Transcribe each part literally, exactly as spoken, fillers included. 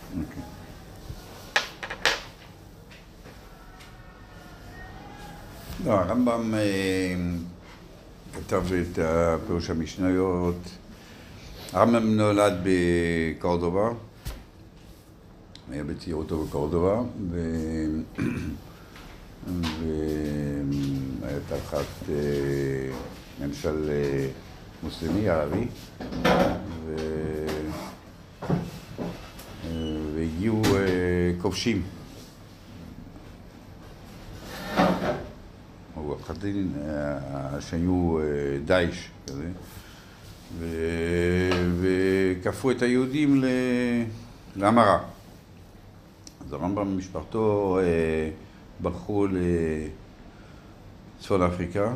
אוקיי. לא, הרמב"ם כתב את פירוש המשניות. הרמב"ם נולד בקורדובה, היה בצעירותו בקורדובה, והיה תחת ממשל מוסלמי, ערבי, והגיעו כובשים. או חתין שהיו דאעש כזה, וכפו את היהודים להמרה. אז הרמב"ם ומשפחתו ברחו לצפון אפריקה,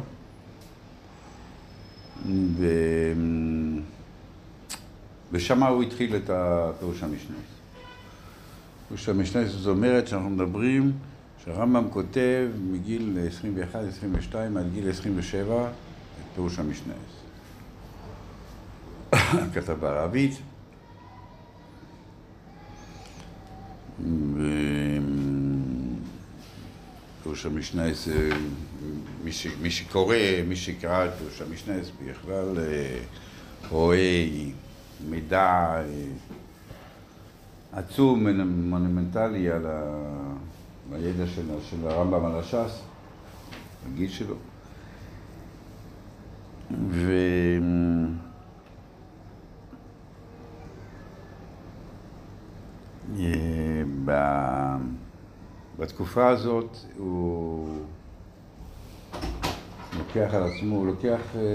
ושם הוא התחיל את פירוש המשנה. פירוש המשנה זאת אומרת שאנחנו מדברים שהרמב"ם כותב מגיל עשרים ואחת עשרים ושתיים עד גיל עשרים ושבע את פירוש המשנה. כתב בערבית. פירוש המשנה, מי שקורא, מי שקרא את פירוש המשנה, בכלל רואה מידע עצום, מונומנטלי על הידע של הרמב"ם על הש"ס, הגיל שלו. ו... בתקופה הזאת הוא לוקח על עצמו, הוא לוקח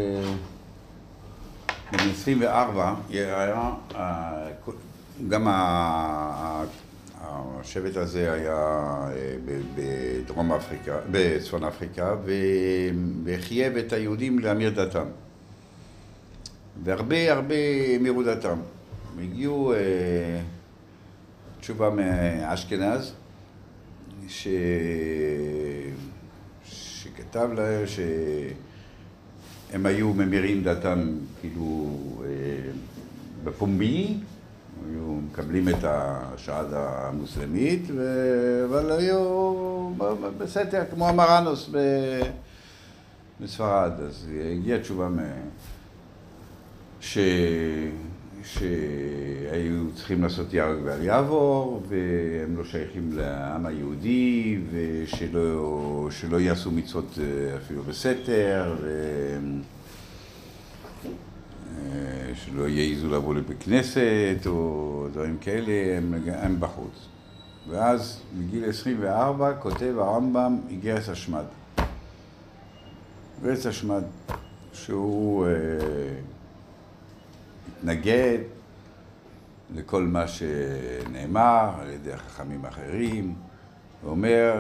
ב-עשרים וארבע, היה, גם השבט הזה היה בדרום אפריקה, בצפון אפריקה, וחייב את היהודים להמיר דתם. והרבה הרבה המירו דתם. הגיעו תשובה מאשכנז, ש... שכתב להם שהם היו ממירים דתם כאילו בפומבי, היו מקבלים את השעד המוסלמית, ו... אבל היו בסתר כמו המרנוס ב... בספרד. אז הגיעה תשובה מה... ש... שהיו צריכים לעשות ייהרג ואל יעבור, והם לא שייכים לעם היהודי, ושלא שלא יעשו מצוות אפילו בסתר, ושלא יעיזו לבוא לבית כנסת או דברים כאלה, הם, הם בחוץ. ואז בגיל עשרים וארבע כותב הרמב"ם איגרת השמד. איגרת השמד שהוא התנגד לכל מה שנאמר על ידי החכמים אחרים, ואומר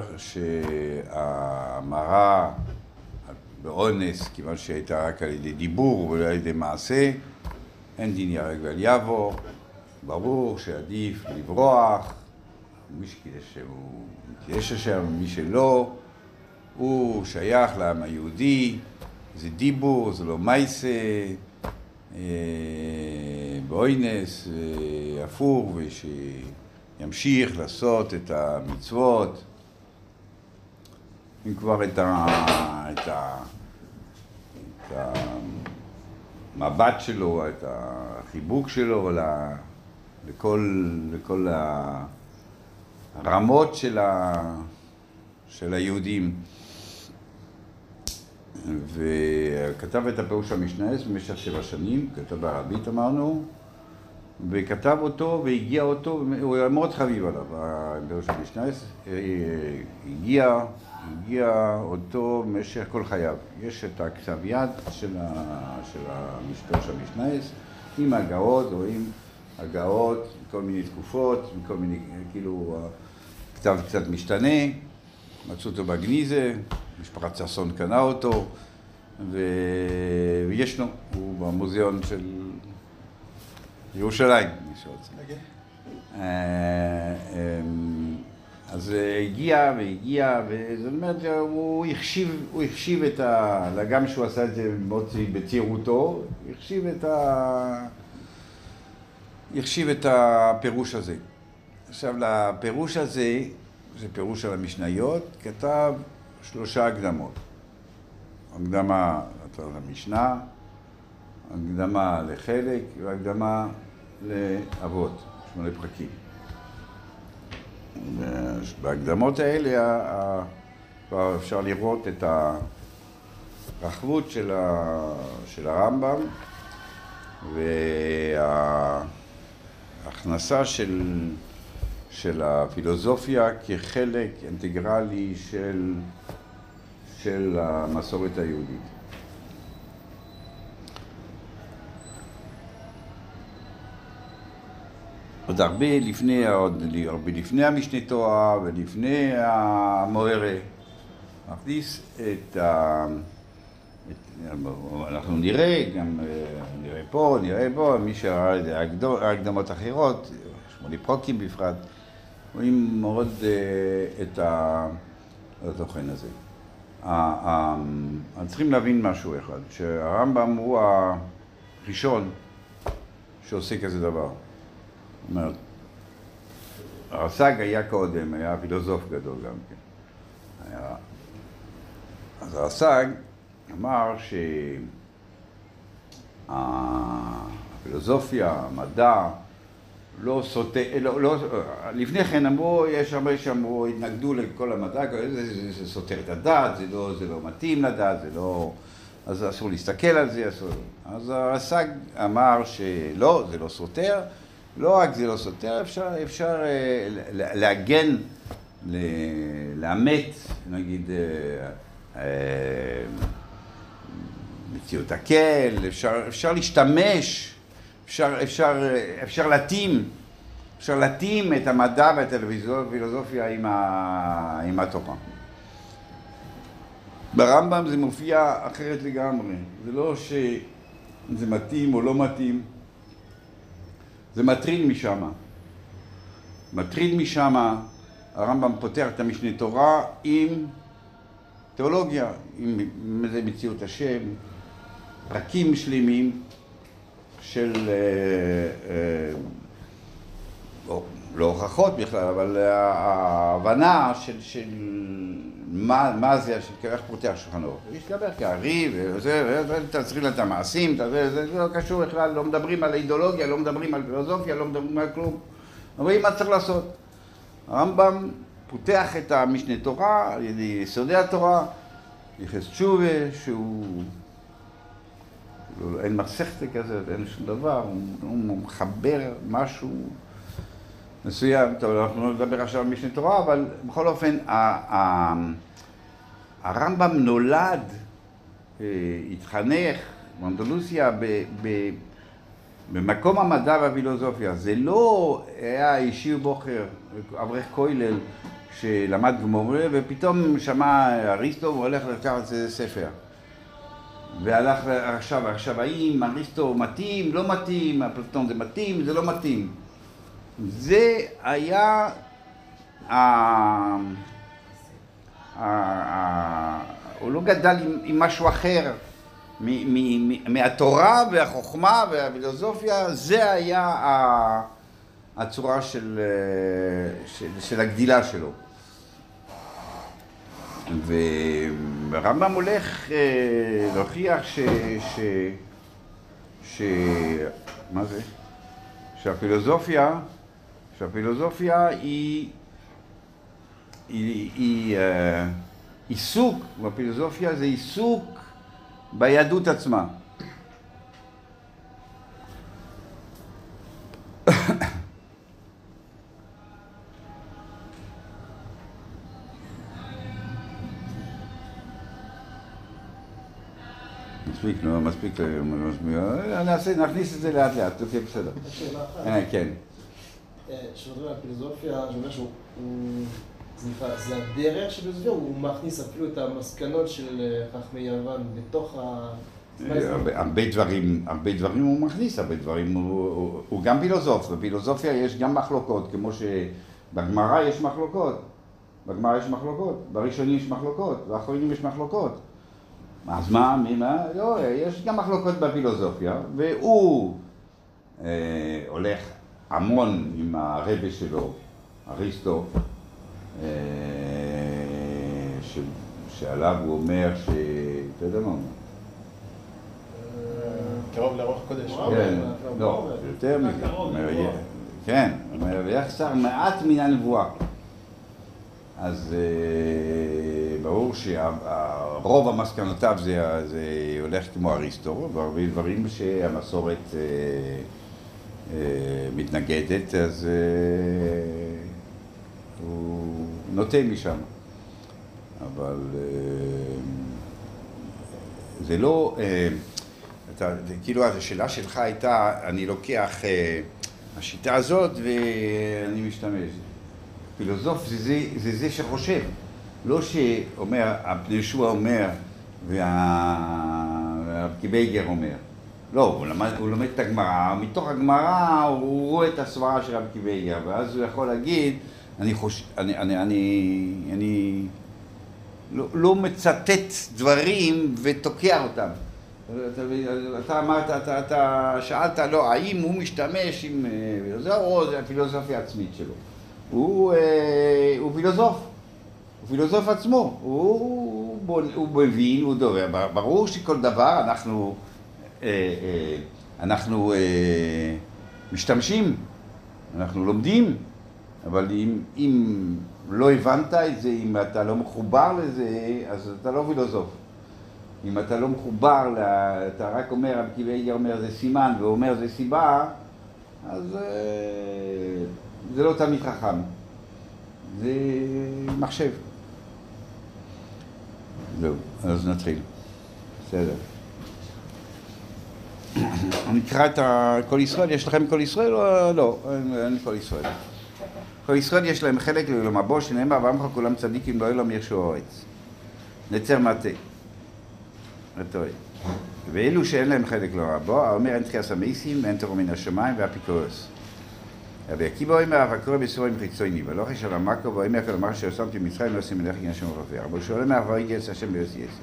שההמרה באונס, כיוון שהייתה רק על ידי דיבור ולא על ידי מעשה, אין דין ייהרג ואל יעבור, ברור שעדיף לברוח, מי שקידש הוא קידש השם, מי שלא, הוא שייך לעם היהודי, זה דיבור, זה לא מייסה, באוינס, אפור, ושימשיך לעשות את המצוות. אם כבר את, ה, את, ה, את המבט שלו, את החיבוק שלו לכל, לכל הרמות של, ה, של היהודים. וכתב את הפירוש המשנה במשך שבע שנים, כתב בערבית אמרנו, וכתב אותו והגיע אותו, הוא היה מאוד חביב עליו, הפירוש המשנה, הגיע, הגיע אותו במשך כל חייו. יש את הכתב יד של, ה, של הפירוש המשנה, עם הגאות, רואים הגאות, כל מיני תקופות, כל מיני, כאילו, כתב קצת משתנה, מצאו אותו בגניזה, משפחת ששון קנה אותו, ו... וישנו, הוא במוזיאון של ירושלים, מי שרוצה. Okay. אז הגיע והגיע, וזאת אומרת, הוא החשיב, הוא החשיב את ה... גם שהוא עשה את זה מאוד בצעירותו, החשיב את ה... החשיב את הפירוש הזה. עכשיו, לפירוש הזה, זה פירוש על המשניות, כתב שלושה הקדמות. הקדמה למשנה, הקדמה לחלק והקדמה לאבות, שמונה פרקים. בהקדמות האלה כבר אפשר לראות את הרחבות של, ה, של הרמב"ם וההכנסה של, של הפילוסופיה כחלק אינטגרלי של, של המסורת היהודית. עוד הרבה לפני, עוד הרבה לפני המשנה תורה ולפני המוהרה, מכניס את ה... את, אנחנו נראה, גם נראה פה, נראה פה, מי שראה הקדמות אחרות, שמונה פרקים בפרט, רואים מאוד את התוכן הזה. צריכים להבין משהו אחד, שהרמב"ם הוא הראשון שעושה כזה דבר. זאת אומרת, הרס"ג היה קודם, היה פילוסוף גדול גם כן. היה... אז הרס"ג אמר שהפילוסופיה, המדע, לא סוטה, לא, לא, לפני כן אמרו, יש הרבה שאמרו, התנגדו לכל המדע, זה, זה, זה סותר את הדת, זה לא, זה לא מתאים לדת, זה לא... אז אסור להסתכל על זה, אסור... אז הרס"ג אמר שלא, זה לא סותר, לא רק זה לא סותר, אפשר, אפשר להגן, לאמת, נגיד, מציאות הקל, אפשר, אפשר להשתמש, אפשר, אפשר, אפשר להתאים, אפשר להתאים את המדע ואת הפילוסופיה עם, ה, עם התורה. ברמב"ם זה מופיע אחרת לגמרי, זה לא שזה מתאים או לא מתאים, זה מטריד משמה. מטריד משמה, הרמב"ם פותח את המשנה תורה עם תיאולוגיה, עם מציאות השם, פרקים שלמים של, אה, אה, לא, לא הוכחות בכלל, אבל ההבנה של, של מה, מה זה, של איך פותח שולחן אור. יש דבר כארי, וזה, תצריך את המעשים, זה, זה לא קשור בכלל, לא מדברים על אידיאולוגיה, לא מדברים על פילוסופיה, לא מדברים על כלום. אומרים מה צריך לעשות. הרמב"ם פותח את המשנה תורה, על ידי יסודי התורה, יחס תשובה, שהוא... אין מסכת כזה, אין שום דבר, הוא, הוא מחבר משהו מסוים. טוב, אנחנו לא נדבר עכשיו על משנה תורה, אבל בכל אופן, ה, ה, הרמב"ם נולד, התחנך באנדלוסיה, ב, ב, במקום המדע והפילוסופיה. זה לא היה אישי בוחר, אברך כולל, שלמד גמורה, ופתאום שמע אריסטו והולך לקחת איזה ספר. והלך עכשיו, עכשיו האם אריסטו מתאים, לא מתאים, אפלטון זה מתאים, זה לא מתאים. זה היה ה... ה... הוא לא גדל עם, עם משהו אחר מ, מ, מ, מהתורה והחוכמה והפילוסופיה, זה היה ה... הצורה של, של, של הגדילה שלו. והרמב"ם הולך להוכיח ש... ש... ש... מה זה? שהפילוסופיה, שהפילוסופיה היא... היא... היא... עיסוק, והפילוסופיה זה עיסוק ביהדות עצמה. מספיק, לא מספיק, נכניס את זה לאט לאט, תופיע בסדר. כן. כשמדברים על פילוסופיה, אני אומר שהוא, זה הדרך של פילוסופיה, הוא מכניס אפילו את המסקנות של חכמי יוון בתוך ה... הרבה דברים, הרבה דברים הוא מכניס, הרבה דברים, הוא גם פילוסוף, בפילוסופיה יש גם מחלוקות, כמו שבגמרא יש מחלוקות, בגמרא יש מחלוקות, בראשונים יש מחלוקות, באחרונים יש מחלוקות. אז מה, מה? לא, יש גם מחלוקות בפילוסופיה, והוא אה, הולך המון עם הרבה שלו אריסטו, ש... שעליו הוא אומר ש... אתה יודע מה הוא אומר? קרוב לרוח קודש. כן, לא, יותר מזה. כן, הוא אומר, ויחסר מעט מן הנבואה. אז ברור שרוב המסקנותיו זה הולך כמו אריסטו, והרבה דברים שהמסורת מתנגדת, אז הוא נוטה משם. אבל זה לא, אתה, כאילו השאלה שלך הייתה, אני לוקח השיטה הזאת ואני משתמש. פילוסוף זה זה, זה, זה שחושב, לא שאומר, ישוע אומר והרבי בייגר אומר. לא, הוא לומד, הוא לומד את הגמרא, מתוך הגמרא הוא רואה את הסברה של רבי בייגר, ואז הוא יכול להגיד, אני חושב, אני, אני, אני, אני לא, לא מצטט דברים ותוקע אותם. אתה, אתה אמרת, אתה, אתה שאלת, לא, האם הוא משתמש עם, זה או זה הפילוסופיה העצמית שלו. הוא, הוא פילוסוף, הוא פילוסוף עצמו, הוא, הוא מבין, הוא דובר. ברור שכל דבר אנחנו, אנחנו משתמשים, אנחנו לומדים, אבל אם, אם לא הבנת את זה, אם אתה לא מחובר לזה, אז אתה לא פילוסוף. אם אתה לא מחובר, אתה רק אומר, רבי בייגר אומר זה סימן ואומר זה סיבה, אז זה לא תמיד חכם, זה מחשב. זהו, אז נתחיל. בסדר. נקרא את כל ישראל, יש לכם כל ישראל או לא? אין כל ישראל. כל ישראל יש להם חלק לעולם הבא, שנאמר ועמך כולם צדיקים לא אלום ירשו הארץ. נצר מטה. רטוי. ואלו שאין להם חלק לעולם הבא, האומר אין תחיית המסים ואין תורה מן השמיים והאפיקורוס. רבי עקיבא אומר, אבל קורא בסורים חיצוני, ולא חשב המקו, ואומר כל אמר ששמתי במצרים לא עושים מלך עניין שם ורפא. אבל שואל אומר, אבל יגייס השם ביוסי יסר.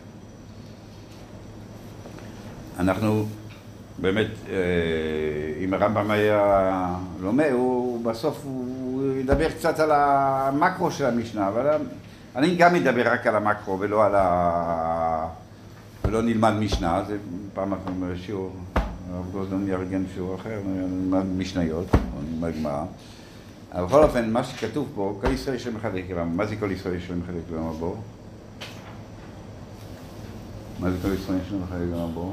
אנחנו באמת, אם הרמב"ם היה לומד, הוא בסוף הוא ידבר קצת על המקרו של המשנה, אבל אני גם אדבר רק על המקרו ולא על ה... ולא נלמד משנה, זה פעם אנחנו שיעור, הרב גוזלון יארגן שיעור אחר, נלמד משניות, או נלמד גמרא. אבל בכל אופן, מה שכתוב פה, כל ישראל יש להם חלק לעולם, מה זה כל ישראל יש להם חלק לעולם הבא? מה זה כל ישראל יש להם חלק לעולם הבא?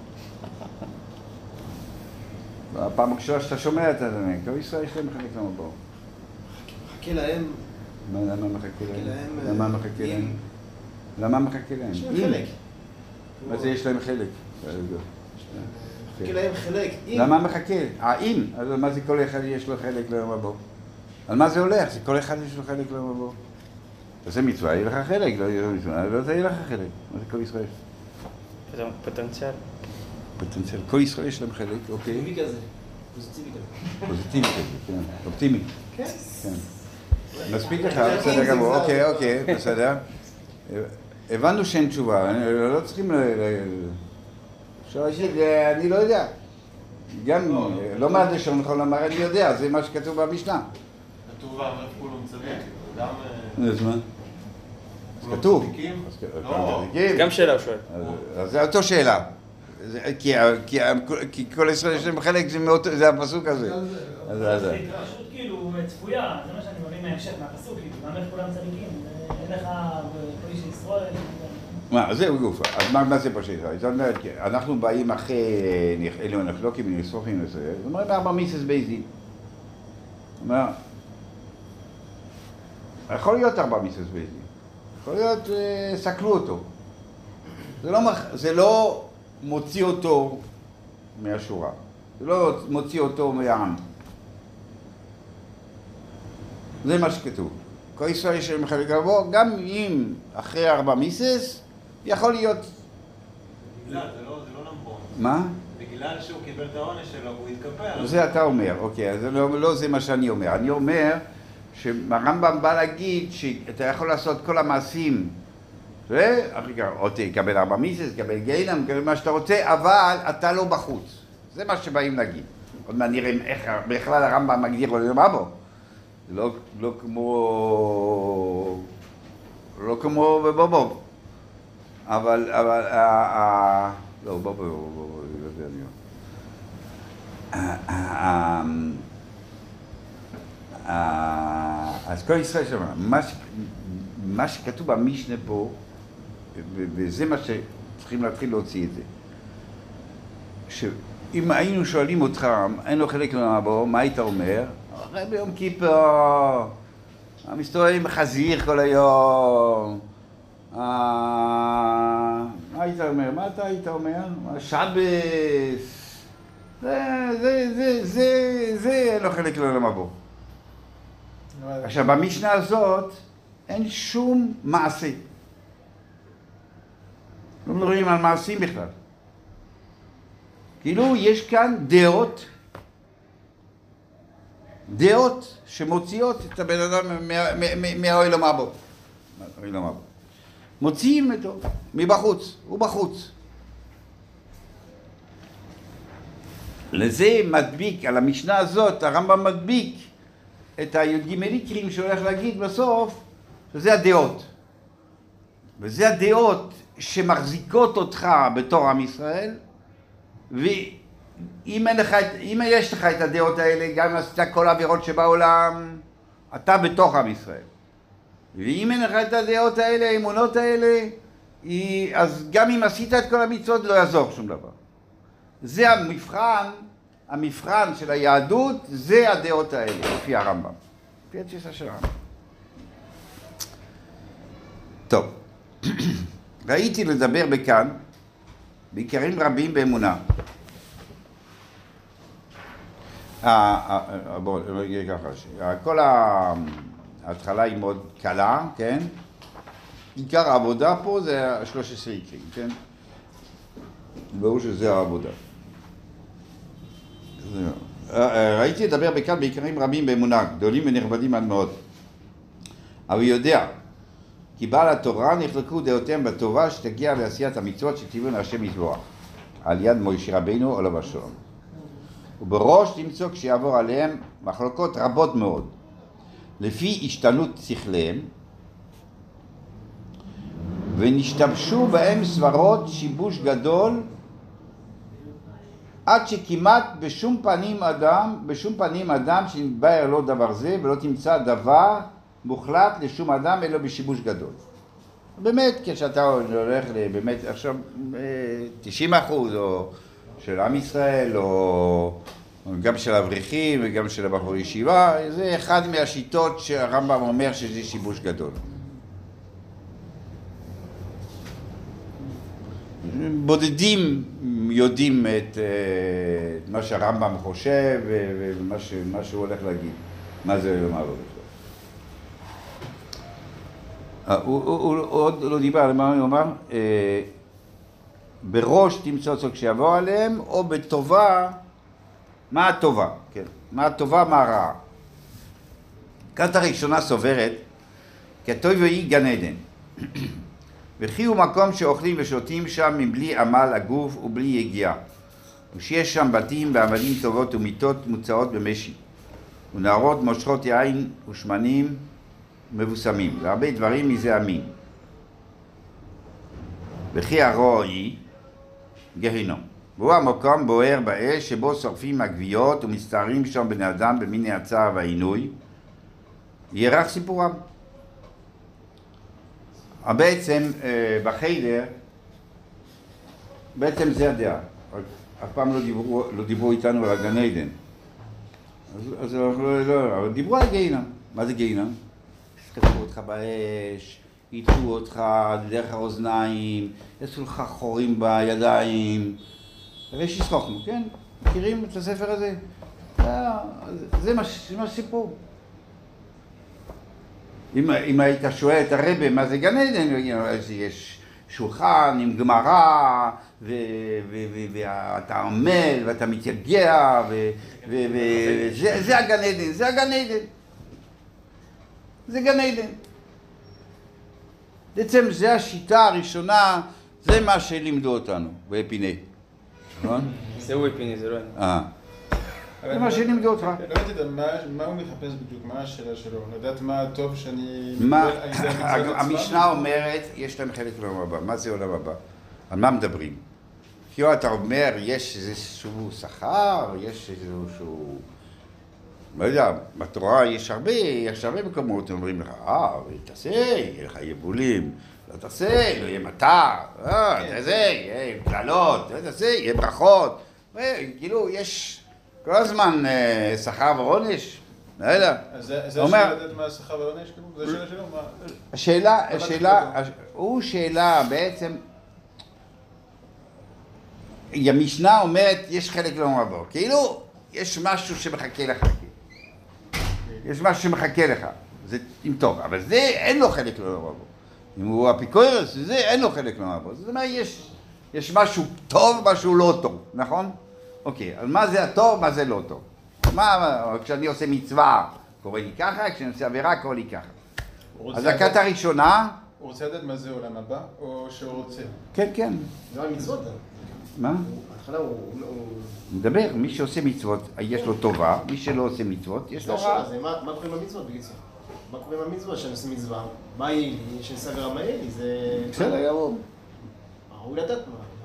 הפעם הראשונה שאתה שומע את זה, כל ישראל יש להם חלק לעולם הבא. מחכה להם. למה מחכה להם? למה מחכה להם? למה מחכה להם? יש להם חלק. מה זה יש להם חלק? מחכה להם חלק. למה מחכה? האם? אז מה זה כל אחד יש לו חלק לעולם הבא? על מה זה הולך? זה כל אחד יש לו חלק לעולם הבא. תעשה מצווה, יהיה לך חלק, לא יהיה מצווה, לא יהיה לך חלק. מה זה כל ישראל? זה פוטנציאל. פוטנציאל. כל ישראל יש להם חלק, אוקיי. פוזיטיבי כזה. פוזיטיבי כזה. פוזיטיבי כזה, כן. אופטימי. כן. כן. מספיק לך, בסדר גמור, אוקיי, אוקיי, בסדר. הבנו שאין תשובה, לא צריכים ל... אפשר להגיד, אני לא יודע. גם לא מעט לשון נכון לומר, אני יודע, זה מה שכתוב במשנה. כתוב ואמר כולם צדיק, גם... איזה זמן? אז כתוב. גם שאלה הוא שואל. אז זה אותו שאלה. כי כל ישראל יש להם חלק, זה הפסוק הזה. זה התרחשות כאילו צפויה, זה מה שאני מבין מההמשך, מהפסוק, גם איך כולם צדיקים, אין לך כל איש ישראל. מה, זהו גוף, אז מה זה פשוט? זאת אומרת, אנחנו באים אחרי אלו נחלוקים ונספוחים לזה, זאת אומרת, ארבע מיסס בייזין. זאת אומרת, יכול להיות ארבע מיסס בייזין, יכול להיות, סקלו אותו. זה לא מוציא אותו מהשורה, זה לא מוציא אותו מהעם. זה מה שכתוב. כל ישראל יש להם חלק לבוא, גם אם אחרי ארבע מיסס, יכול להיות... בגלל, זה לא נמבון. מה? בגלל שהוא קיבל את העונש שלו, הוא התקפל. זה אתה אומר, אוקיי, אז לא זה מה שאני אומר. אני אומר שהרמב"ם בא להגיד שאתה יכול לעשות כל המעשים, או תקבל ארבע מיסס, תקבל גיהינום, תקבל מה שאתה רוצה, אבל אתה לא בחוץ. זה מה שבאים להגיד. עוד מעט נראה איך בכלל הרמב"ם מגדיר לו מה בו. לא, לא כמו... לא כמו בבובוב. אבל, אבל, ה... לא, בובוב, בובוב, זה אני אומר. אז כל ישראל שם, מה שכתוב במשנה פה, וזה מה שצריכים להתחיל להוציא את זה, שאם היינו שואלים אותך, אין לו חלק למבוא, מה היית אומר? הרי ביום כיפור, מסתובב עם חזיר כל היום, מה היית אומר? מה אתה היית אומר? שבס, זה, זה, זה, זה, זה אין לו חלק למבוא. עכשיו, במשנה הזאת אין שום מעשה. לא מדברים על מעשים בכלל. כאילו יש כאן דעות, דעות שמוציאות את הבן אדם מהעולם הבא. מהעולם הבא. מוציאים אותו מבחוץ, הוא בחוץ. לזה מדביק, על המשנה הזאת, הרמב"ם מדביק את הי"ג מקרים שהולך להגיד בסוף, שזה הדעות. וזה הדעות שמחזיקות אותך בתור עם ישראל, ואם אין לך, אם יש לך את הדעות האלה, גם אם עשית כל העבירות שבעולם, אתה בתוך עם ישראל. ואם אין לך את הדעות האלה, האמונות האלה, אז גם אם עשית את כל המצוות, לא יעזור שום דבר. זה המבחן, המבחן של היהדות, זה הדעות האלה, לפי הרמב"ם. לפי התפיסה של הרמב"ם. טוב, ראיתי לדבר בכאן, בעיקרים רבים באמונה. בואו נגיד ככה, כל ההתחלה היא מאוד קלה, כן? עיקר העבודה פה זה שלוש עשרה עיקרים, כן? ברור שזה העבודה. ראיתי לדבר בכאן בעיקרים רבים באמונה, גדולים ונכבדים עד מאוד. אבל יודע, כי בעל התורה נחלקו דעותיהם בטובה שתגיע לעשיית המצוות שציוון השם יתברך, על יד מוישה רבינו עליו השלום. ובראש תמצוא כשיעבור עליהם מחלוקות רבות מאוד, לפי השתנות שכליהם, ונשתמשו בהם סברות שיבוש גדול, עד שכמעט בשום פנים אדם, בשום פנים אדם שנתבהר לו דבר זה, ולא תמצא דבר מוחלט לשום אדם אלא בשיבוש גדול. באמת, כשאתה הולך באמת עכשיו תשעים אחוז או של עם ישראל, או גם של אברכים וגם של הבחור ישיבה, זה אחד מהשיטות שהרמב"ם אומר שזה שיבוש גדול. בודדים יודעים את, את מה שהרמב"ם חושב ומה ש, מה שהוא הולך להגיד. מה זה לומר לו בכלל. הוא עוד לא דיבר על מה הוא אומר, בראש תמצא אותו כשיבוא עליהם, או בטובה, מה הטובה? כן. מה הטובה, מה הרעה? כת הראשונה סוברת, כי הטוב היא גן עדן. וכי הוא מקום שאוכלים ושותים שם מבלי עמל הגוף ובלי יגיעה. ושיש שם בתים ועמלים טובות ומיטות מוצאות במשי. ונערות מושכות יין ושמנים מבוסמים. והרבה דברים מזה המין. וכי הרוע היא גהינום. והוא המקום בוער באש שבו שורפים הגוויות ומסתערים שם בני אדם במיני הצער והעינוי. ירח סיפורם. בעצם בחיידר, בעצם זה הדעה. אף פעם לא דיברו, לא דיברו איתנו על הגן עדן. אז, אז לא, לא, אבל דיברו על גיהינום. מה זה גיהינום? יסחטו אותך באש, ייטחו אותך דרך האוזניים, יעשו לך חורים בידיים. הרי ששוחנו, כן? מכירים את הספר הזה? זה מה, זה מה שסיפור. אם, אם היית שואל את הרבה מה זה גן עדן, אז יש שולחן עם גמרא, ואתה עמל ואתה מתייגע, וזה הגן עדן, זה הגן עדן. זה גן עדן. בעצם זה השיטה הראשונה, זה מה שלימדו אותנו, באפיני. נכון? זהו אפיני, זה לא אני. זה מה שלימדו אותך. לא יודעת, מה הוא מחפש בדיוק, מה השאלה שלו? לדעת מה הטוב שאני... המשנה אומרת, יש להם חלק לעולם הבא. מה זה עולם הבא? על מה מדברים? כאילו אתה אומר, יש איזשהו שכר, יש איזשהו... לא יודע, בתורה יש הרבה, יש הרבה מקומות, אומרים לך, אה, תעשה, יהיה לך יבולים, לא תעשה, לא יהיה מטר, אה, תעשה, יהיה קללות, לא תעשה, יהיה ברכות. כאילו, יש כל הזמן שכר ועונש, לא יודע. אז זה השאלה לדעת מה השכר ועונש? זה השאלה שלו? השאלה, השאלה, הוא שאלה בעצם, המשנה אומרת, יש חלק לא מעבור, כאילו, יש משהו שמחכה לך, יש משהו שמחכה לך, זה אם טוב, אבל זה אין לו חלק לא מעבור. אם הוא אפיקורס, זה אין לו חלק לא מעבור. זאת אומרת, יש, יש משהו טוב, משהו לא טוב, נכון? אוקיי, אז מה זה הטוב, מה זה לא טוב? מה, כשאני עושה מצווה, קורא לי ככה, כשאני עושה עבירה, קורא לי ככה. אז הכת הראשונה... הוא רוצה לדעת מה זה עולם הבא, או שהוא רוצה? כן, כן. זה על מצוות. מה? בהתחלה הוא... מדבר, מי שעושה מצוות, יש לו טובה, מי שלא עושה מצוות, יש לו רע. מה קורה עם המצוות בקיצור? מה קורה עם המצוות שאני עושה מצווה? מה יהיה לי? שאני עושה עבירה, מה יהיה לי? זה... בסדר, ירום. הוא לדעת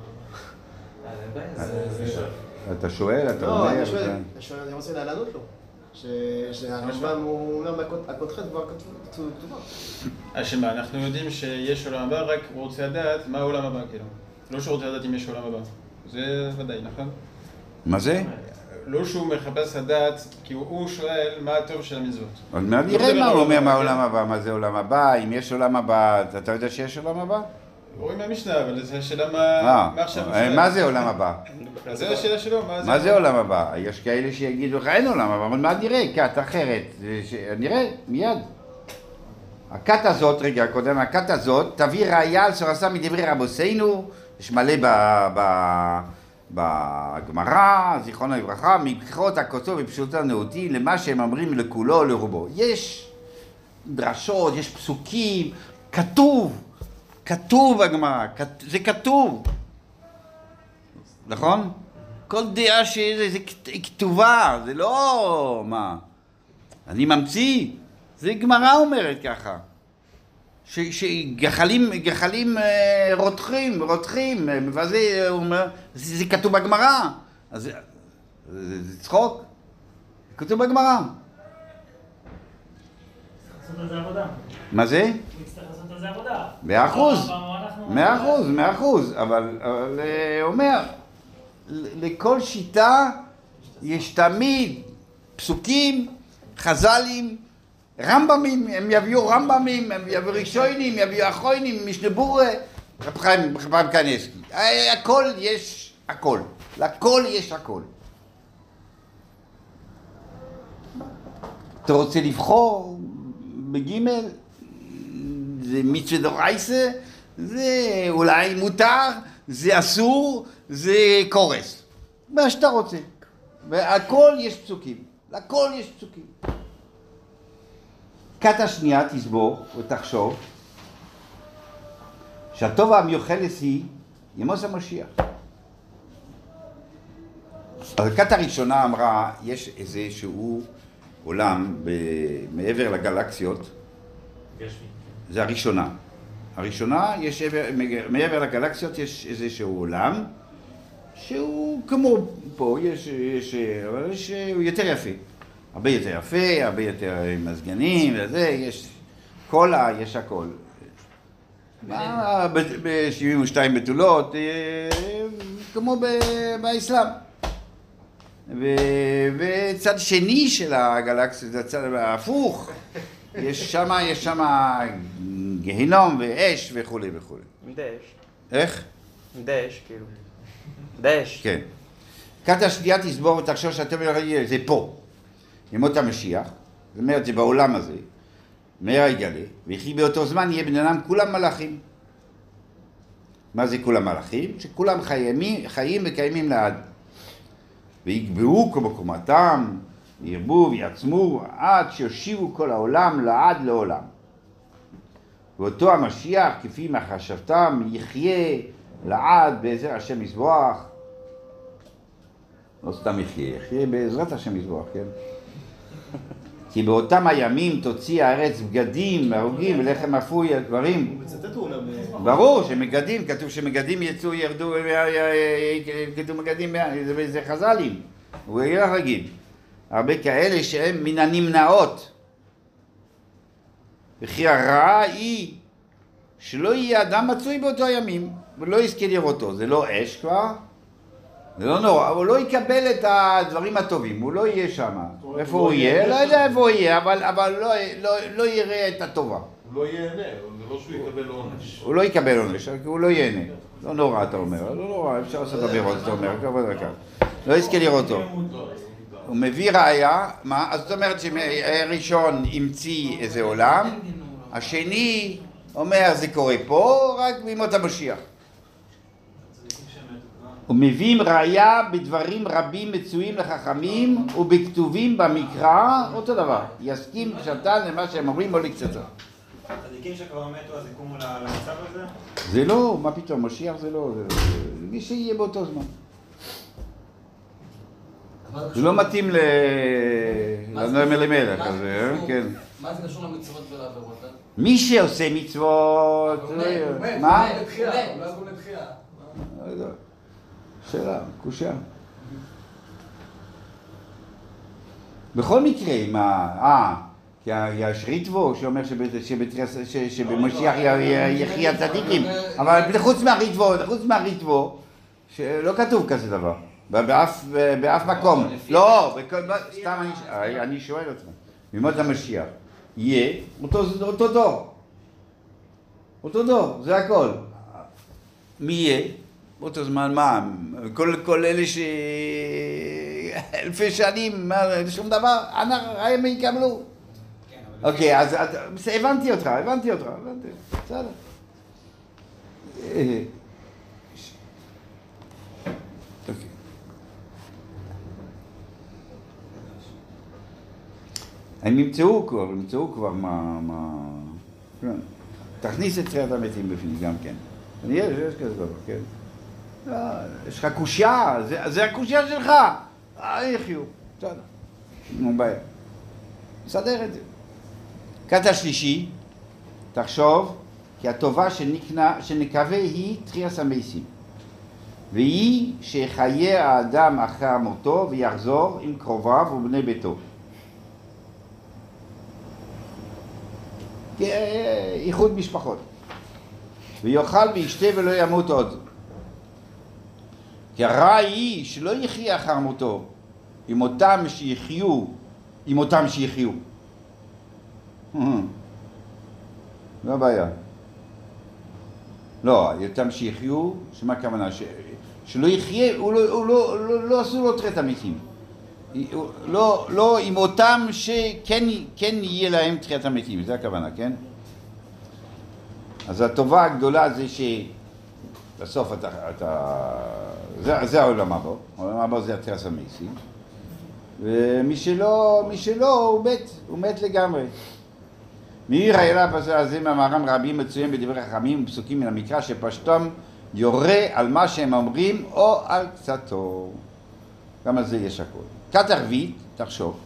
מה. אתה שואל, אתה לא, אומר... אני שואל, אני רוצה לענות לו. שהרמב"ם הוא אומר, הכותרת כבר כתובה. השמה, אנחנו יודעים שיש עולם הבא, רק הוא רוצה לדעת מה העולם הבא, כאילו. לא שהוא רוצה לדעת אם יש עולם הבא. זה ודאי, נכון? מה זה? לא שהוא מחפש לדעת, כי הוא שואל מה הטוב של המצוות. עוד מעט נראה מה הוא אומר מהעולם הבא, מה זה עולם הבא, אם יש עולם הבא, אתה יודע שיש עולם הבא? רואים מהמשנה, אבל זו השאלה מה עכשיו הוא שואל. מה זה עולם הבא? זה השאלה שלו, מה זה עולם הבא? יש כאלה שיגידו לך אין עולם הבא, אבל מה נראה? כת אחרת, נראה מיד. הכת הזאת, רגע קודם, הכת הזאת תביא ראיה על סורסה מדברי רבותינו, יש מלא בגמרא, זיכרונו לברכה, מבחירות הכתוב ופשוטו נאותי למה שהם אומרים לכולו או לרובו. יש דרשות, יש פסוקים, כתוב, כתוב בגמרא, זה כתוב, נכון? כל דעה שזה כתובה, זה לא מה, אני ממציא, זה גמרא אומרת ככה. שגחלים, גחלים רותחים, רותחים, וזה אומר, זה כתוב בגמרא. אז זה, זה צחוק? זה כתוב בגמרא. צריך לעשות על זה עבודה. מה זה? הוא יצטרך לעשות על זה עבודה. מאה אחוז, מאה אחוז, מאה אחוז, אבל אומר, לכל שיטה יש תמיד פסוקים, חז"לים, רמב"מים, הם יביאו רמב"מים, הם יביאו ראשונים, יביאו אחרונים, משנה ברורה, רב חיים קניבסקי. הכל יש הכל, לכל יש הכל. אתה רוצה לבחור בגימל, זה מצווה דאורייתא, זה אולי מותר, זה אסור, זה קורס. מה שאתה רוצה. והכל יש פסוקים, לכל יש פסוקים. כת השנייה תסבור ותחשוב שהטוב המיוחלת היא ימוס המשיח. אז הכת הראשונה אמרה, יש איזשהו עולם מעבר לגלקסיות, זה הראשונה. הראשונה, יש, מעבר לגלקסיות יש איזשהו עולם שהוא כמו פה, יש, יש, אבל יש, הוא יותר יפה. הרבה יותר יפה, הרבה יותר מזגנים וזה, יש קולה, יש הכל. ב-שבעים ושתיים בתולות, כמו באסלאם. וצד שני של הגלקסיה, זה הצד ההפוך, יש שמה, יש שמה גיהינום ואש וכו' וכו'. דאש. איך? דאש, כאילו. דאש. כן. כת השנייה תסבור ותחשוב שאתם יודעים, זה פה. ימות המשיח, זאת אומרת, זה בעולם הזה, מהר יגלה, וכי באותו זמן יהיה בן אדם כולם מלאכים. מה זה כולם מלאכים? שכולם חיים, חיים וקיימים לעד. ויקבעו כמקומתם, וירבו ויעצמו, עד שיושיבו כל העולם לעד לעולם. ואותו המשיח, כפי מה חשבתם, יחיה לעד בעזר השם יזבח. לא סתם יחיה, יחיה בעזרת השם יזבח, כן? כי באותם הימים תוציא הארץ בגדים, הרוגים ולחם אפוי, דברים. הוא מצטט הוא אומר ב... ברור שמגדים, כתוב שמגדים יצאו, ירדו, כתוב מגדים, זה חז"לים. הוא יהיה רגיל. הרבה כאלה שהם מן הנמנעות. וכי הרעה היא שלא יהיה אדם מצוי באותו הימים ולא יזכה לראותו. זה לא אש כבר, זה לא נורא, הוא לא יקבל את הדברים הטובים, הוא לא יהיה שם. איפה הוא יהיה? לא יודע איפה הוא יהיה, אבל לא יראה את הטובה. הוא לא ייהנה, זה לא שהוא יקבל עונש. הוא לא יקבל עונש, הוא לא ייהנה. לא נורא, אתה אומר, לא נורא, אפשר לעשות עבירות, אתה אומר, לא יזכה לראותו. הוא מביא ראיה, מה? אז זאת אומרת שהראשון המציא איזה עולם, השני אומר זה קורה פה רק בימות המשיח. ומביאים ראיה בדברים רבים מצויים לחכמים ובכתובים במקרא, אותו דבר. יסכים שתן למה שהם אומרים או לקצצה. הצדיקים שכבר מתו אז יקומו למצב הזה? זה לא, מה פתאום, משיח זה לא, זה מי שיהיה באותו זמן. זה לא מתאים לנועם אלימלך, אז כן. מה זה קשור למצוות ולעבירות? מי שעושה מצוות... מה? לא יודע. שאלה, קושיה. בכל מקרה, מה... אה, כי יש ריטבו שאומר שבמשיח יחיה צדיקים, אבל חוץ מהריטבו, חוץ מהריטבו, שלא כתוב כזה דבר. באף מקום. לא, סתם אני שואל אותך. בימות המשיח יהיה אותו דור. אותו דור, זה הכל. מי יהיה? באותו זמן מה? כל אלה ש... אלפי שנים, שום דבר, הם יקבלו. אוקיי, אז הבנתי אותך, הבנתי אותך, הבנתי. בסדר. הם נמצאו כבר, נמצאו כבר מה... תכניס את תחיית המתים בפנים גם כן. יש, יש כזה דבר, כן. יש לך קושיה, זה הקושיה שלך. אה, יחיו. בסדר. נו, בעיה. נסדר את זה. קטע שלישי, תחשוב, כי הטובה שנקווה היא תחיית המתים. והיא שיחיה האדם אחר מותו ויחזור עם קרוביו ובני ביתו. איחוד משפחות. ויאכל וישתה ולא ימות עוד. כי הרע היא שלא יחיה אחר מותו, עם אותם שיחיו, עם אותם שיחיו. לא הבעיה. לא, אותם שיחיו, שמה הכוונה? שלא יחיה, הוא לא, הוא לא, לא, לא עשו לו תחיית המתים. לא, לא עם אותם שכן כן יהיה להם תחיית המתים, זה הכוונה, כן? אז הטובה הגדולה זה שבסוף אתה, אתה זה, זה העולם הבא, העולם הבא זה תחיית המתים, ומי שלא, מי שלא הוא מת, הוא מת לגמרי. מאיר העלה פסל הזה מאמרם רבים מצויים בדברי חכמים ופסוקים מן המקרא שפשטם יורה על מה שהם אומרים או על קצתו. גם על זה יש הכל. קטע רביעית, תחשוב.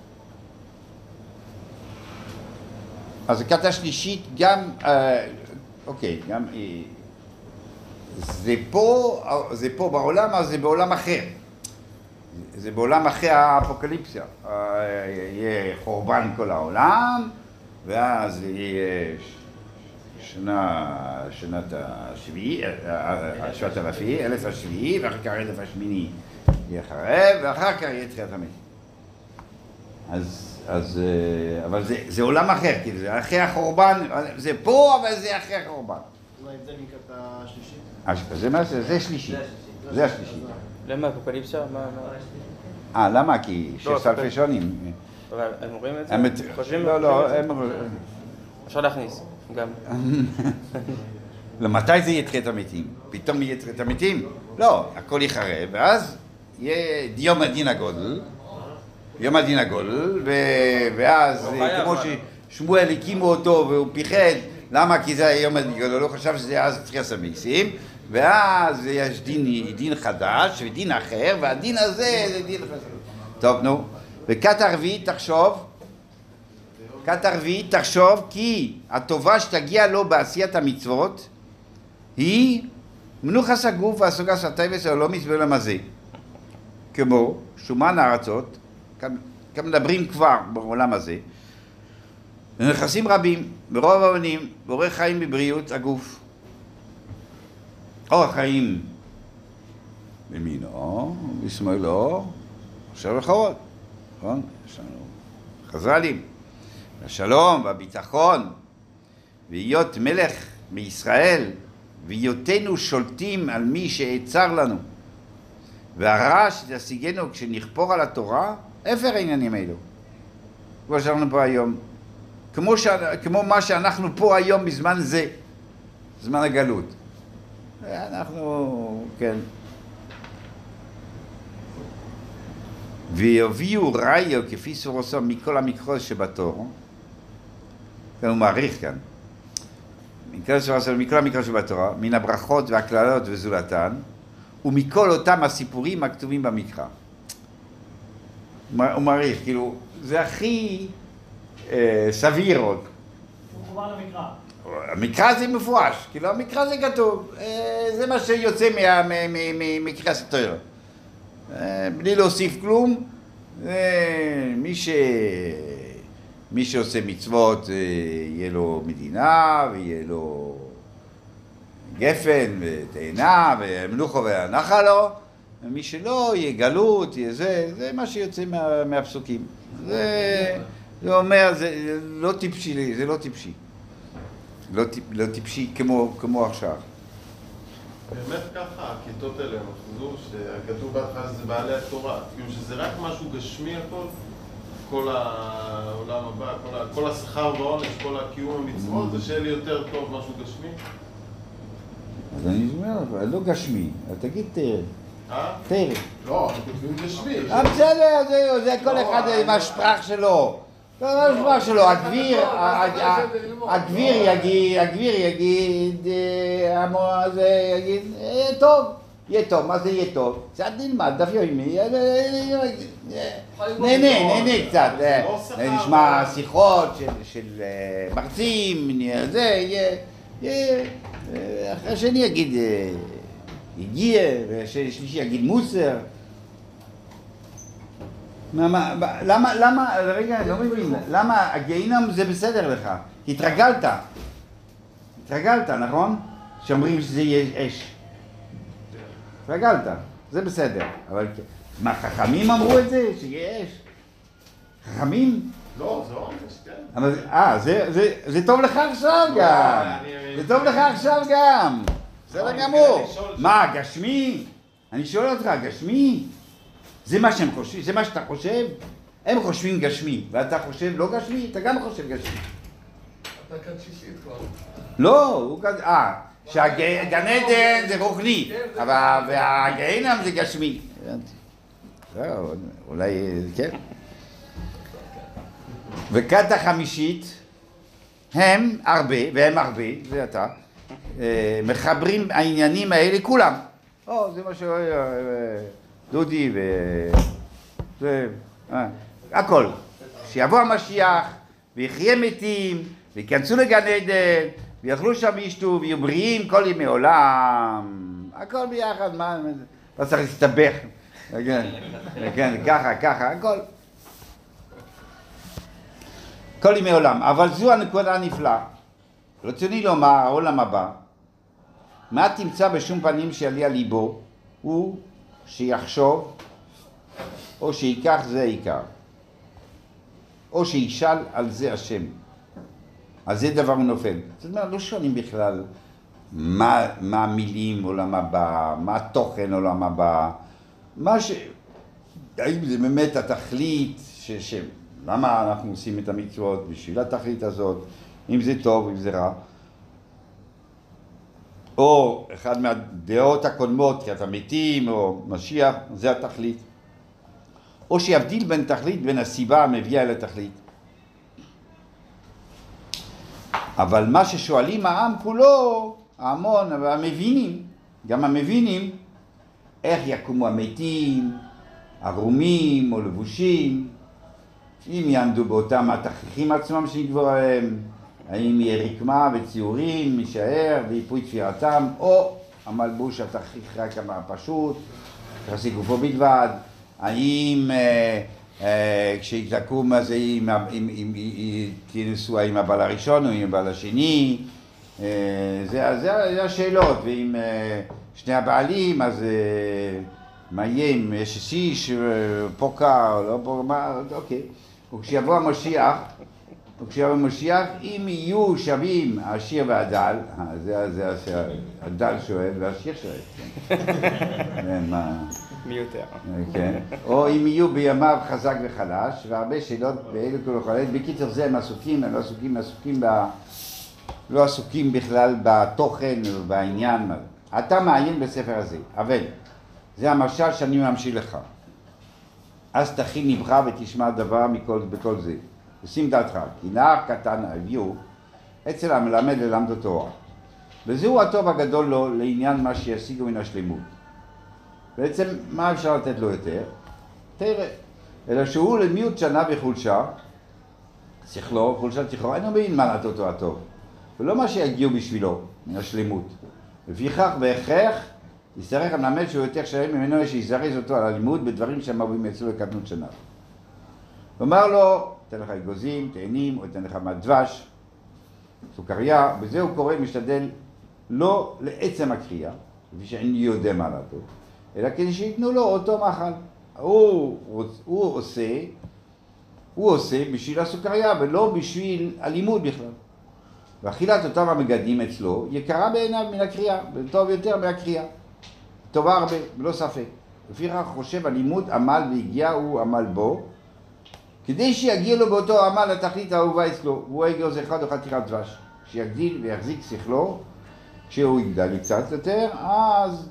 אז הקטע שלישית גם, אה, אוקיי, גם, אה, זה פה, זה פה בעולם, אז זה בעולם אחר. זה בעולם אחרי האפוקליפסיה. אה, יהיה חורבן כל העולם, ואז יהיה שנה, שנת השביעי, השבט הרביעי, אלף השביעי, ואחר כך אלף השמיני יהיה חרב, ואחר כך יהיה תחיית המתים. אז, אז, אבל זה, זה עולם אחר, כאילו, זה אחרי החורבן, זה פה, אבל זה אחרי החורבן. מה ההבדל מקטע השלישי? זה מה זה? זה שלישי. זה השלישי. למה אפוקליפסה? אה, למה? כי שש אלפי שנים. אבל הם אומרים את זה? הם חושבים? לא, לא, הם... אפשר להכניס, גם. למתי זה יהיה תחיית המתים? פתאום יהיה תחיית המתים? לא, הכל יחרב, ואז יהיה יום הדין הגודל, יום הדין הגודל, ואז כמו ששמואל הקימו אותו והוא פיחד, למה? כי זה היה יום הדין הגודל, הוא חשב שזה אז תחיית המתים, ואז יש דין, דין חדש ודין אחר, והדין הזה זה דין חדש. טוב, נו. וכת הרביעית תחשוב, כת הרביעית תחשוב כי הטובה שתגיע לו בעשיית המצוות היא מנוחס הגוף והסוגס הטייבס או לא מסבלם הזה. כמו שומן הארצות, כמדברים כבר בעולם הזה, ונכסים רבים, ברוב העונים, ואורך חיים בבריאות הגוף. אורח חיים במינו, בשמאלו, עכשיו לחורות, נכון? יש לנו חז"לים, השלום והביטחון, והיות מלך בישראל, והיותנו שולטים על מי שעצר לנו, והרע שתשיגנו כשנכפור על התורה, איפה העניינים האלו? כמו שאנחנו פה היום, כמו, ש... כמו מה שאנחנו פה היום בזמן זה, זמן הגלות. אנחנו, כן. ויביאו ראיו כפי סורוסו מכל המקרות שבתור, כאן הוא מעריך כאן, מכל סורוסו מכל המקרות שבתורה, מן הברכות והכללות וזולתן, ומכל אותם הסיפורים הכתובים במקרא. הוא מעריך, כאילו, זה הכי אה, סביר עוד. הוא מחובר למקרא. המקרא זה מפורש, כאילו המקרא זה כתוב, זה מה שיוצא מקריאת התורה. בלי להוסיף כלום, מי ש... מי שעושה מצוות יהיה לו מדינה ויהיה לו גפן ותאנה ומנוחו והנחה לו, ומי שלא יהיה גלות, יהיה זה, זה מה שיוצא מה, מהפסוקים. זה, זה אומר, זה לא טיפשי לי, זה לא טיפשי. לא, לא טיפשי כמו, כמו עכשיו. באמת ככה, הכיתות האלה מחזור שכתוב בהתחלה שזה בעלי התורה, כאילו שזה רק משהו גשמי הכל, כל העולם הבא, כל, ה, כל השכר והעונש, כל הקיום המצוות, זה שיהיה לי יותר טוב משהו גשמי. אז אני אומר, לא גשמי, תגיד תרא. אה? תרא. לא, אנחנו כותבים גשמי. אה, בסדר, זה, זה כל אחד עם השפרח שלו. לא, לא השפרח שלו, הגביר, הגביר יגיד, הגביר יגיד, זה יגיד, יהיה טוב, יהיה טוב, מה זה יהיה טוב? קצת נלמד, דף יומי, נהנה, נהנה קצת, נשמע שיחות של מרצים, זה יהיה, אחרי שאני יגיד, הגיע, ושלישי יגיד מוסר. למה, למה, למה, רגע, אני לא מבין, למה הגיהינום זה בסדר לך? כי התרגלת, התרגלת, נכון? שאומרים שזה יהיה אש. התרגלת, זה בסדר, אבל מה, חכמים אמרו את זה, שיהיה אש? חכמים? לא, זה עונש, כן. אבל, אה, זה, זה, זה טוב לך עכשיו גם, זה טוב לך עכשיו גם. בסדר גמור. מה, גשמי? אני שואל אותך, גשמי? זה מה שהם חושבים, זה מה שאתה חושב? הם חושבים גשמי, ואתה חושב לא גשמי? אתה גם חושב גשמי. אתה כאן שישית כבר. לא, הוא כזה, אה, שהגן עדן זה רוחני, והגיהינום זה גשמי. זהו, אולי, כן. וכת החמישית, הם הרבה, והם הרבה, זה אתה, מחברים העניינים האלה כולם. או, זה מה ש... דודי ו... זה... הכל. שיבוא המשיח, ויחיה מתים, ויכנסו לגן עדן, ויאכלו שם וישתו, ויהיו בריאים כל ימי עולם. הכל ביחד, מה... לא צריך להסתבך. כן, כן, ככה, ככה, הכל. כל ימי עולם. אבל זו הנקודה הנפלאה. רצוני לומר, העולם הבא, מה תמצא בשום פנים שעלי על ליבו, הוא שיחשוב, או שיקח זה עיקר, או שישאל על זה השם. על זה דבר הוא נופל. זאת אומרת, לא שואלים בכלל מה, מה המילים עולם הבא, מה התוכן עולם הבא, מה ש... האם זה באמת התכלית, ש... ש... למה אנחנו עושים את המצוות בשביל התכלית הזאת, אם זה טוב, אם זה רע. או אחד מהדעות הקודמות, תחיית המתים, או משיח, זה התכלית. או שיבדיל בין תכלית, בין הסיבה המביאה אל התכלית. אבל מה ששואלים העם כולו, ההמון והמבינים, גם המבינים איך יקומו המתים, ערומים או לבושים, אם יעמדו באותם התכריכים עצמם שנקבור עליהם, האם יהיה רקמה וציורים, יישאר ויפוי תפירתם, או המלבוש התכריך רק הפשוט, יחסי גופו בלבד, האם אה, אה, כשתקום אז אם, אם, אם, אם תהיה נשואה עם הבעל הראשון או עם הבעל השני, אה, זה, זה, זה השאלות, ואם אה, שני הבעלים אז אה, מה יהיה אם יש שיש, פוקה או לא פוקה, מה, אוקיי. וכשיבוא המשיח, וכשיבוא המשיח, אם יהיו שווים העשיר והדל, זה, זה, זה, הדל שואל והעשיר שואל, כן, מה... מיותר. כן, או אם יהיו בימיו חזק וחלש, והרבה שאלות באלו כל חלט, בקיצור זה הם עסוקים, הם לא עסוקים, עסוקים ב... לא עסוקים בכלל בתוכן ובעניין, אתה מעיין בספר הזה, אבל זה המשל שאני ממשיך לך. אז תכין לבך ותשמע דבר מכל, בכל זה. ושים דעתך, כי נער קטן הביאו אצל המלמד ללמדו תורה. וזהו הטוב הגדול לו לעניין מה שישיגו מן השלמות. בעצם מה אפשר לתת לו יותר? תראה. אלא שהוא למיעוט שנה וחולשה, שכלו, חולשת שכלו, אינו מבין מה לתת אותו הטוב. ולא מה שיגיעו בשבילו, מן השלמות. לפיכך בהכרח יצטרך המלמד שהוא יותר שלם ממנו שיזרז אותו על הלימוד בדברים שמביאים אצלו לקטנות שנה. ואומר לו, תן לך אגוזים, תאנים, או תן לך מהדבש, סוכריה, בזה הוא קורא משתדל לא לעצם הקריאה, כפי שאין יודע מה לעשות, אלא כדי שיתנו לו אותו מאכל. הוא, הוא עושה, הוא עושה בשביל הסוכריה ולא בשביל הלימוד בכלל. ואכילת אותם המגדים אצלו יקרה בעיניו מן הקריאה, וטוב יותר מהקריאה. טובה הרבה, בלא ספק. לפיכך חושב הלימוד עמל והגיע הוא עמל בו, כדי שיגיע לו באותו עמל לתכלית האהובה אצלו, והוא אגוז אחד או חתיכת דבש. שיגדיל ויחזיק שכלו, כשהוא יגדל קצת יותר, אז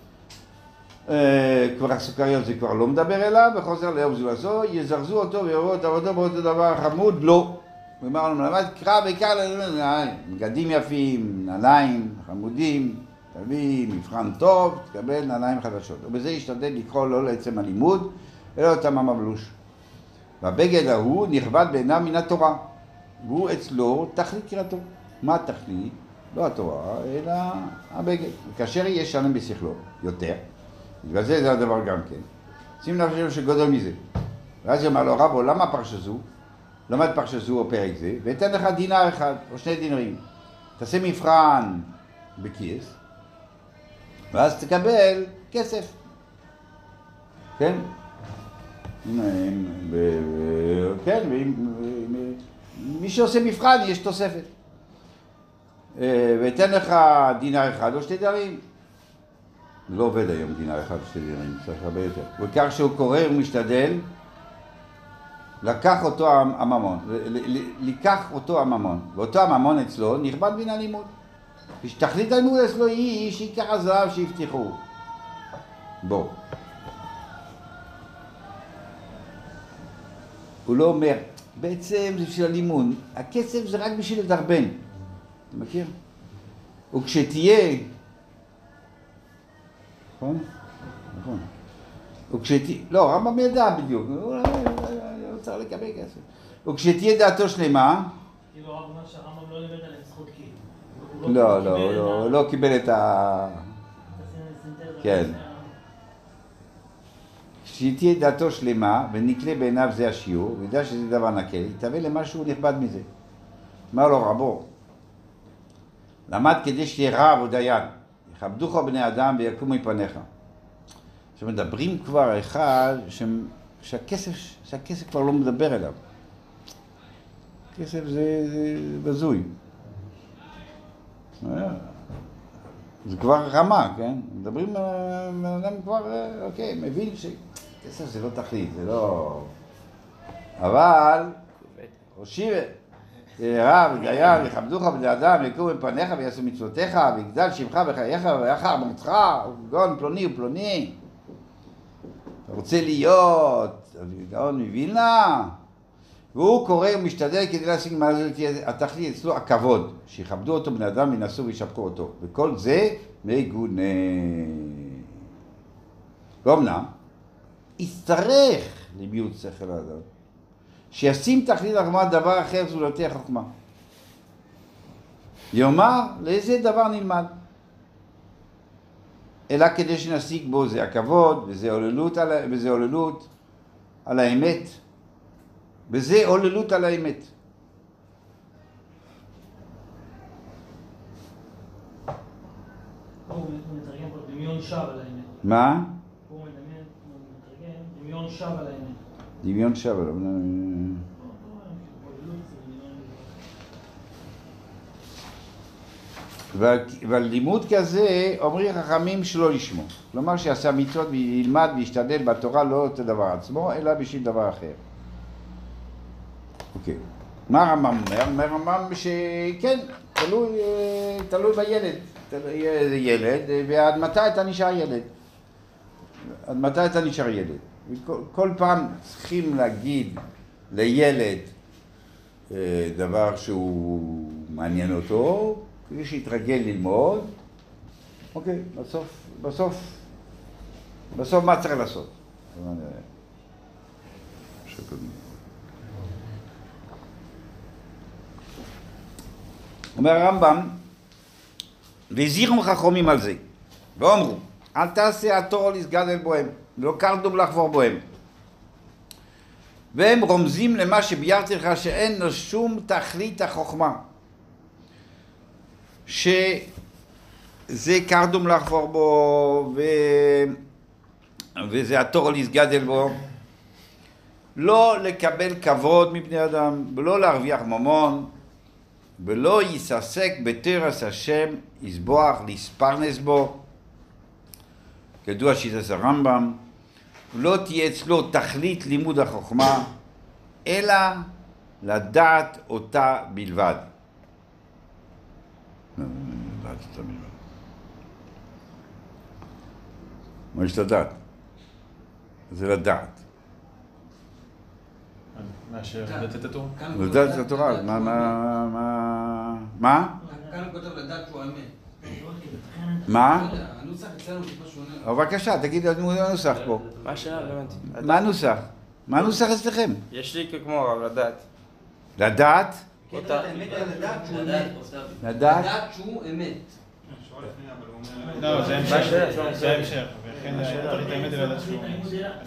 אה, כבר הסוכריות זה כבר לא מדבר אליו, וחוזר לאהוב זולתו, יזרזו אותו ויראו את עבודו באותו דבר חמוד, לא. הוא אמר לנו, למד קרא בעיקר לנעליים, בגדים יפים, נעליים, חמודים, תביא מבחן טוב, תקבל נעליים חדשות. ובזה ישתדל לקרוא לא לעצם הלימוד, אלא אותם המבלוש. והבגד ההוא נכבד בעיניו מן התורה, והוא אצלו תכלית קריאתו. מה התכלית? לא התורה, אלא הבגד. וכאשר יהיה שלם בשכלו, יותר, בגלל זה זה הדבר גם כן. שים לב שגודל מזה. ואז יאמר לו, רבו, למה פרשה זו? למד פרשה זו או פרק זה, ואתן לך דינר אחד, או שני דינרים. תעשה מבחן בכיס, ואז תקבל כסף. כן? כן, מי שעושה מבחן יש תוספת. ואתן לך דינר אחד או שתי דינרים. לא עובד היום דינר אחד או שתי דינרים, צריך הרבה יותר. וכך שהוא קורא ומשתדל, לקח אותו הממון, לקח אותו הממון, ואותו הממון אצלו נכבד מן הלימוד. ושתכלית הלימוד אצלו היא שיקח הזהב שהבטיחו. בוא. הוא לא אומר, בעצם זה בשביל הלימוד, הכסף זה רק בשביל לדרבן. אתה מכיר? וכשתהיה, נכון? נכון. וכשתהיה, לא, רמב"ם ידע בדיוק, הוא צריך לקבל כסף. וכשתהיה דעתו שלמה, כאילו הרב אומר שהרמב"ם לא לימד עליהם זכות כי לא, לא, לא, לא קיבל את ה... כן. כשתהיה דעתו שלמה ונקלה בעיניו זה השיעור, וידע שזה דבר נקל, יתהווה למשהו נכבד מזה. אמר לו רבו, למד כדי שתהיה רב או דיין, יכבדוך בני אדם ויקומו מפניך. עכשיו מדברים כבר אחד שהכסף, שהכסף כבר לא מדבר אליו. כסף זה, זה בזוי. זה כבר רמה, כן? מדברים, אדם כבר, אוקיי, מבין שכסף זה לא תכלית, זה לא... אבל, הושיב, רב, דיין, יכבדוך בני אדם, יקומו מפניך ויעשו מצוותיך, ויגדל שמך בחייך ויחר מרצך, וגאון פלוני ופלוני. אתה רוצה להיות גאון מווילנה? והוא קורא ומשתדל כדי להשיג מה זה תהיה התכלית אצלו הכבוד, שיכבדו אותו בני אדם וינסו וישפקו אותו, וכל זה מגונה. ואומנם, יצטרך למיעוט שכל האדם, שישים תכלית החוכמה דבר אחר זולתי החוכמה. יאמר, לאיזה דבר נלמד? אלא כדי שנשיג בו זה הכבוד, וזה עוללות על, וזה עוללות על האמת, וזה עוללות על האמת. הוא מתרגם פה דמיון שווא על האמת. מה? הוא מדמיין, הוא מתרגם דמיון שווא על האמת. דמיון שווא. ועל לימוד כזה אומרים חכמים שלא לשמו. כלומר שיעשה מצוות וילמד וישתדל בתורה לא את הדבר עצמו, אלא בשביל דבר אחר. אוקיי. מה הרמב"ם אומר? אומר הרמב"ם שכן, תלוי, תלוי בילד. תלוי ילד, ועד מתי אתה נשאר ילד? עד מתי אתה נשאר ילד? כל, כל פעם צריכים להגיד לילד דבר שהוא מעניין אותו, כדי שיתרגל ללמוד. אוקיי, בסוף, בסוף, בסוף מה צריך לעשות? אומר הרמב"ם, והזהירו חכמים על זה, ואומרו, אל תעשה התור לסגדל בוהם, ולא קרדום לחבור בוהם. והם רומזים למה שביארתי לך שאין לו שום תכלית החוכמה. שזה קרדום לחבור בו, ו... וזה התור לסגדל בו. לא לקבל כבוד מבני אדם, ולא להרוויח ממון, ולא יססק בתרס השם, יסבוח, להספרנס בו. כדוע שזה הרמב"ם, לא תהיה אצלו תכלית לימוד החוכמה, אלא לדעת אותה בלבד. מה יש לדעת? זה לדעת. מאשר לדעת את התורה? לדעת את התורה, מה, מה, מה, מה? כאן הוא כותב לדעת שהוא האמת. מה? הנוסח אצלנו טיפה שונה. אבל בבקשה, תגיד לנו הנוסח פה. מה השאלה? לא הבנתי. מה הנוסח? מה הנוסח אצלכם? יש לי כמו לדעת. לדעת? אותה. לדעת שהוא אמת. לדעת? לדעת שהוא אמת. לא, זה המשך. זה המשך. וכן לדעת את האמת ולדעת שהוא אמת.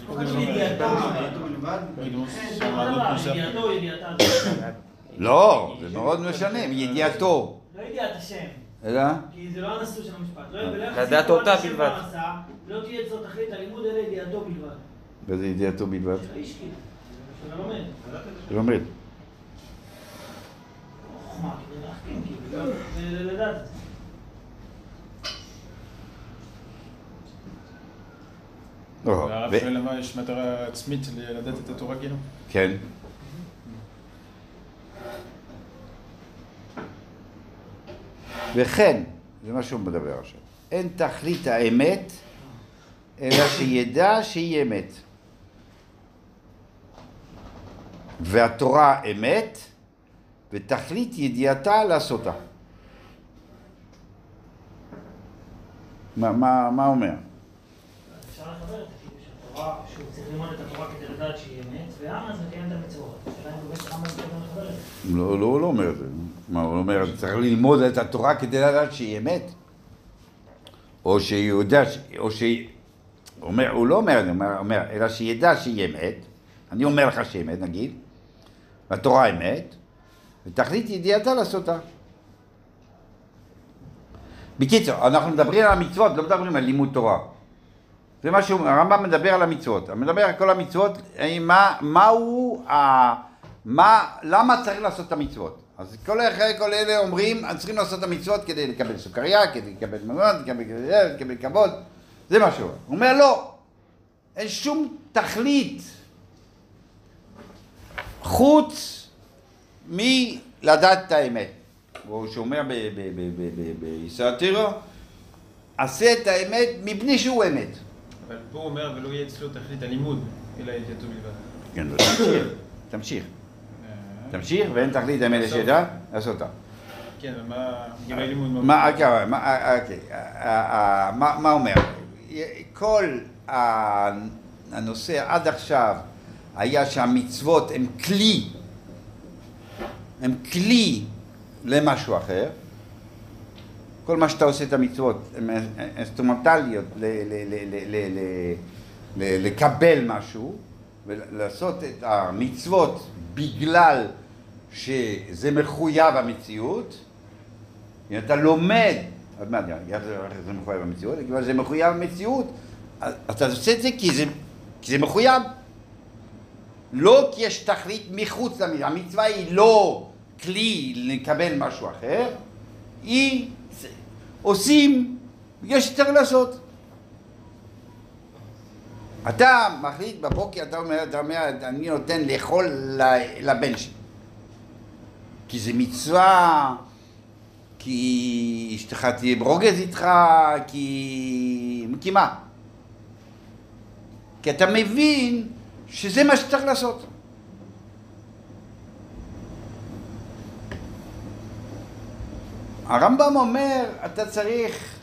ידיעתו, ידיעתה. לא, זה מאוד משנה, ידיעתו. לא ידיעת השם. אלא? כי זה לא הנשוא של המשפט. לדעת אותה בלבד. לא תהיה אצלו תכלית הלימוד אלא ידיעתו בלבד. וזה ידיעתו בלבד? של האיש כאילו. של הלומד. של הלומד. חוכמה, כדי להחכים, כאילו. זה לדעת את זה. והרב שואל למה יש מטרה עצמית לדעת את התורה כאילו? כן. וכן, זה מה שהוא מדבר עכשיו, אין תכלית האמת, אלא שידע שהיא אמת. והתורה אמת, ותכלית ידיעתה לעשותה. מה, מה, מה אומר? אפשר לחבר את זה, כאילו שהתורה, שהוא צריך ללמוד את התורה כדי לדעת שהיא אמת, והעם מקיים את המצוות. השאלה אם באמת העם הזה יכול לחבר את זה. לא, לא, הוא לא אומר את זה. מה, הוא אומר, צריך ללמוד את התורה כדי לדעת שהיא אמת? או שהוא יודע, או שהיא... הוא אומר, הוא לא אומר, הוא אומר, אלא שידע שהיא אמת. אני אומר לך שהיא אמת, נגיד. והתורה אמת, ותכלית ידיעתה לעשותה. בקיצור, אנחנו מדברים על המצוות, לא מדברים על לימוד תורה. זה מה שהוא, הרמב"ם מדבר על המצוות. הוא מדבר על כל המצוות, מה, מהו, ה, מה, למה צריך לעשות את המצוות. אז כל, כל אלה אומרים, צריכים לעשות את המצוות כדי לקבל סוכריה, כדי לקבל ממון, כדי לקבל כבוד. זה מה שהוא. הוא אומר, לא, אין שום תכלית חוץ מלדעת את האמת. הוא שאומר בישעתירו, עשה את האמת מפני שהוא אמת. אבל פה הוא אומר, ולא יהיה אצלו תכלית הלימוד, אלא ידיעתו בלבד. כן, תמשיך, תמשיך. תמשיך, ואין תכלית המלך שידע, לעשות אותה. כן, מה... גילוי לימוד... מה, אוקיי, מה, אוקיי, מה, מה אומר? כל הנושא עד עכשיו היה שהמצוות הם כלי, הם כלי למשהו אחר. כל מה שאתה עושה את המצוות הן אינסטרומנטליות לקבל משהו ולעשות את המצוות בגלל שזה מחויב המציאות. אם אתה לומד, עוד מעט, זה מחויב המציאות, אבל זה מחויב המציאות, אתה עושה את זה כי זה, כי זה מחויב. לא כי יש תכלית מחוץ למצווה, המצווה היא לא כלי לקבל משהו אחר, היא עושים בגלל שצריך לעשות. אתה מחליט בבוקר, אתה אומר, אתה אומר, אני נותן לאכול לבן שלי. כי זה מצווה, כי אשתך תהיה ברוגז איתך, כי... כי מה? כי אתה מבין שזה מה שצריך לעשות. הרמב"ם אומר, אתה צריך...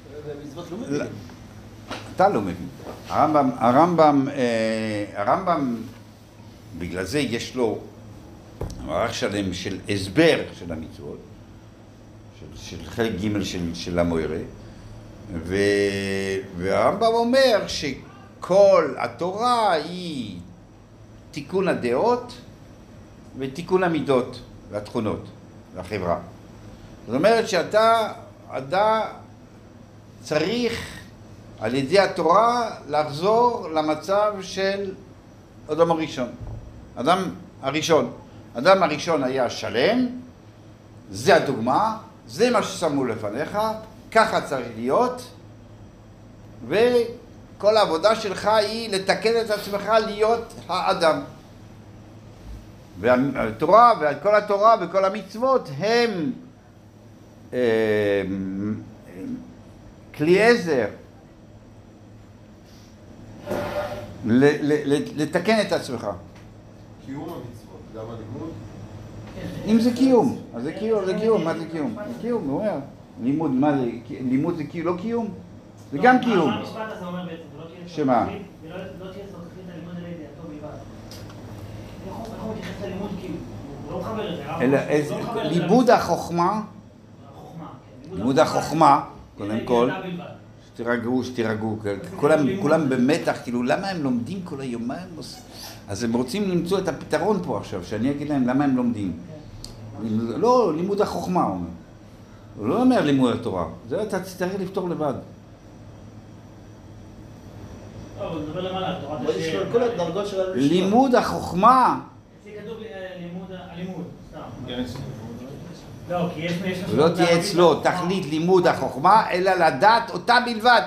אתה לא מבין. הרמב"ם, הרמב"ם, הרמב"ם, בגלל זה יש לו מערך שלם של הסבר של המצוות, של, של חלק ג' של, של המוירה, ו, והרמב"ם אומר שכל התורה היא תיקון הדעות ותיקון המידות והתכונות והחברה. זאת אומרת שאתה, אתה צריך על ידי התורה לחזור למצב של אדם הראשון. אדם הראשון. אדם הראשון היה שלם, זה הדוגמה, זה מה ששמו לפניך, ככה צריך להיות, וכל העבודה שלך היא לתקן את עצמך להיות האדם. והתורה, וכל התורה וכל המצוות הם כלי עזר לתקן את עצמך. קיום המצוות, גם הלימוד? אם זה קיום, אז זה קיום, זה קיום, מה זה קיום? זה קיום, הוא אומר. לימוד, מה זה? לימוד זה לא קיום? זה גם קיום. מה המשפט הזה אומר בעצם? שמה? ולא תהיה זו תכלית הלימוד על ידי הטוב בלבד. איך הוא מתייחס ללימוד כאילו? הוא לא מחבר את זה. לימוד החוכמה, לימוד החוכמה, קודם כל, שתירגעו, שתירגעו, כולם במתח, כאילו למה הם לומדים כל היום? אז הם רוצים למצוא את הפתרון פה עכשיו, שאני אגיד להם למה הם לומדים. לא, לימוד החוכמה, הוא אומר. הוא לא אומר לימוד התורה, זה אתה תצטרך לפתור לבד. הוא מדבר למעלה, תורת יש לו כל הדרגות של הלשמה. לימוד החוכמה. אצלי כתוב לימוד, הלימוד, סתם. כן, לא, כי יש... לא תהיה אצלו תכלית לימוד החוכמה, אלא לדעת אותה בלבד.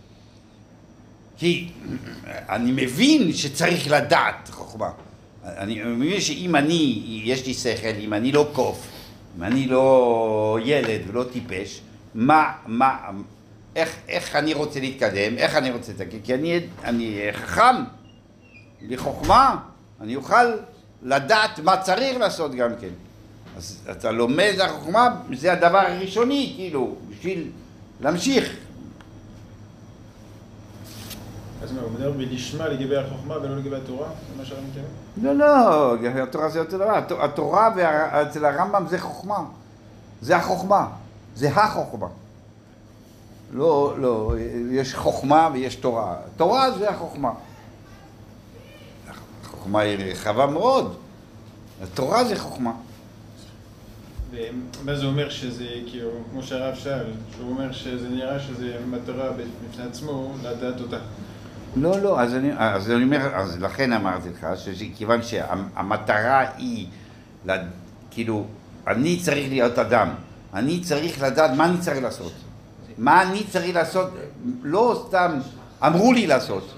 כי אני מבין שצריך לדעת חוכמה. אני מבין שאם אני, יש לי שכל, אם אני לא קוף, אם אני לא ילד ולא טיפש, מה, מה, איך, איך אני רוצה להתקדם, איך אני רוצה להתקדם, כי אני, אני חכם, לי חוכמה, אני אוכל לדעת מה צריך לעשות גם כן. אז אתה לומד החוכמה, זה הדבר הראשוני, כאילו, בשביל להמשיך. אז מה, הוא מדבר בלשמה לגבי החוכמה ולא לגבי התורה? זה מה שהרמב"ם מתכוון? לא, לא, התורה זה אותו דבר. התורה אצל הרמב"ם זה חוכמה. זה החוכמה. זה החוכמה. לא, לא, יש חוכמה ויש תורה. תורה זה החוכמה. החוכמה היא רחבה מאוד. התורה זה חוכמה. ומה זה אומר שזה, כאילו, כמו שהרב שאל, שהוא אומר שזה נראה שזה מטרה בפני עצמו, לדעת אותה. לא, לא, אז אני, אז אני אומר, אז לכן אמרתי לך, שכיוון שהמטרה היא, כאילו, אני צריך להיות אדם, אני צריך לדעת מה אני צריך לעשות. מה אני צריך לעשות, לא סתם אמרו לי לעשות.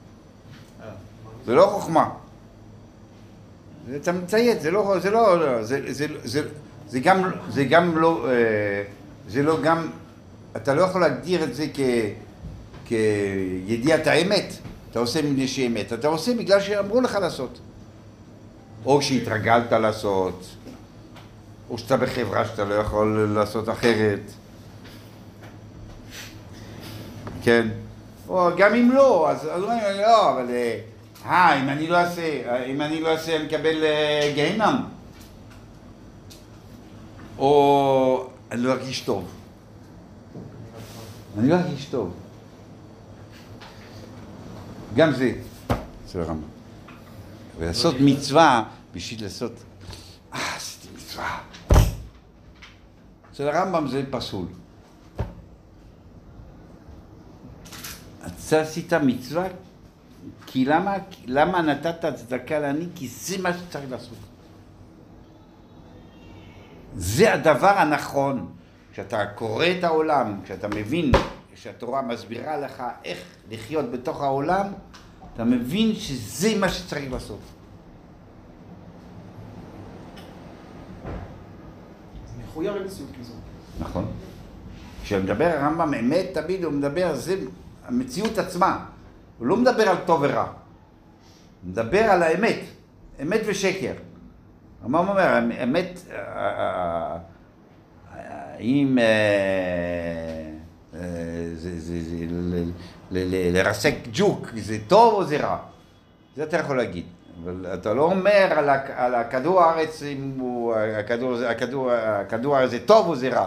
זה לא חוכמה. אתה מציית, זה לא, זה לא, זה, זה, זה, זה גם, זה גם לא, זה לא גם, אתה לא יכול להגדיר את זה כ, כידיעת האמת. אתה עושה מפני שאמת, אתה עושה בגלל שאמרו לך לעשות. או שהתרגלת לעשות, או שאתה בחברה שאתה לא יכול לעשות אחרת. כן? או גם אם לא, אז אומרים, לא, אבל... אה, אם אני לא אעשה, אם אני לא אעשה, אני אקבל גיהנם. או אני לא ארגיש טוב. אני לא ארגיש טוב. גם זה, אצל הרמב"ם. ולעשות מצווה בשביל לעשות, אה, עשיתי מצווה. אצל הרמב"ם זה פסול. אתה עשית מצווה, כי למה, למה נתת הצדקה לעני? כי זה מה שצריך לעשות. זה הדבר הנכון. כשאתה קורא את העולם, כשאתה מבין שהתורה מסבירה לך איך לחיות בתוך העולם, אתה מבין שזה מה שצריך לעשות. זה מחויב למציאות כזו. נכון. כשמדבר הרמב"ם אמת, תמיד הוא מדבר, זה המציאות עצמה. הוא לא מדבר על טוב ורע. הוא מדבר על האמת. אמת ושקר. הרמב"ם אומר, אמת, אם לרסק ג'וק, זה טוב או זה רע? זה אתה יכול להגיד. אבל אתה לא אומר על הכדור הארץ, אם הכדור הארץ זה טוב או זה רע.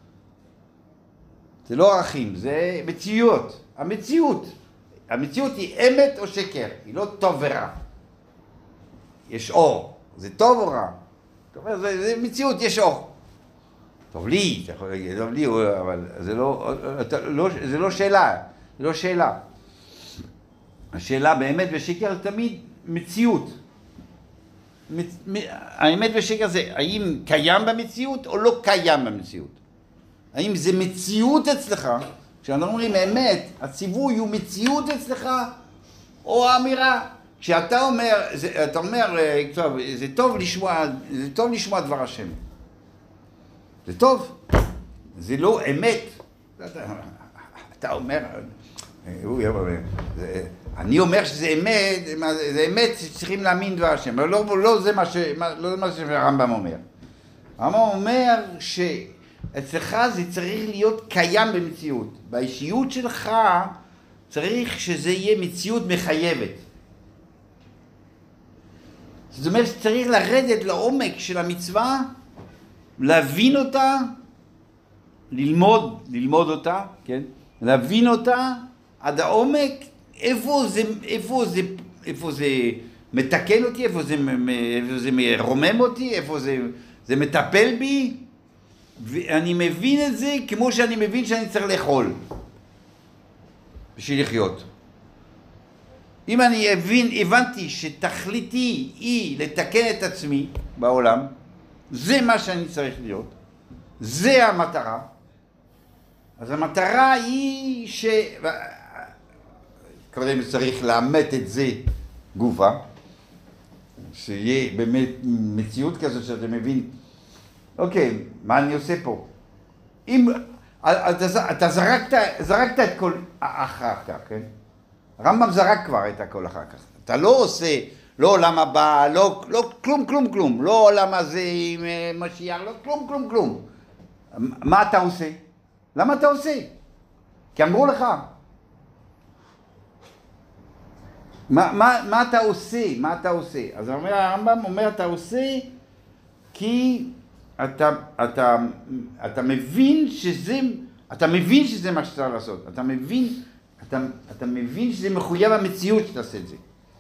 זה לא ערכים, זה מציאות. המציאות. המציאות היא אמת או שקר, היא לא טוב ורע. יש אור, זה טוב או רע? זאת אומרת, זה, זה מציאות, יש אור. טוב לי, אתה יכול להגיד, טוב לי, אבל זה לא, אתה, לא, זה לא שאלה, זה לא שאלה. השאלה באמת ושקר זה תמיד מציאות. מצ, האמת ושקר זה האם קיים במציאות או לא קיים במציאות. האם זה מציאות אצלך? כשאנחנו אומרים אמת, הציווי הוא מציאות אצלך, או האמירה. כשאתה אומר, זה, אתה אומר, טוב, זה טוב לשמוע, זה טוב לשמוע דבר השם. זה טוב, זה לא אמת. אתה, אתה אומר, הוא יאמר, אני אומר שזה אמת, זה אמת שצריכים להאמין דבר השם, אבל לא, לא זה מה ש, לא מה שהרמב"ם אומר. הרמב"ם אומר ש... אצלך זה צריך להיות קיים במציאות. באישיות שלך צריך שזה יהיה מציאות מחייבת. זאת אומרת שצריך לרדת לעומק של המצווה, להבין אותה, ללמוד, ללמוד אותה, כן? להבין אותה עד העומק, איפה זה, איפה זה, איפה זה מתקן אותי, איפה זה, איפה זה מרומם אותי, איפה זה, זה מטפל בי. ואני מבין את זה כמו שאני מבין שאני צריך לאכול בשביל לחיות. אם אני הבין, הבנתי שתכליתי היא לתקן את עצמי בעולם, זה מה שאני צריך להיות, זה המטרה. אז המטרה היא ש... קודם צריך לאמת את זה גופה, שיהיה באמת מציאות כזאת שאתה מבין, אוקיי, מה אני עושה פה? אם אתה, אתה זרקת, זרקת את כל אחר כך, כן? הרמב"ם זרק כבר את הכל אחר כך. אתה לא עושה, לא עולם הבא, לא, לא, כלום, כלום, כלום. לא עולם הזה עם משיח, לא, כלום, כלום, כלום. מה אתה עושה? למה אתה עושה? כי אמרו לך. מה, מה, מה אתה עושה? מה אתה עושה? אז אומר, הרמב"ם אומר, אתה עושה כי אתה, אתה, אתה מבין שזה, אתה מבין שזה מה שצריך לעשות. אתה מבין, אתה, אתה מבין שזה מחויב המציאות שתעשה את זה.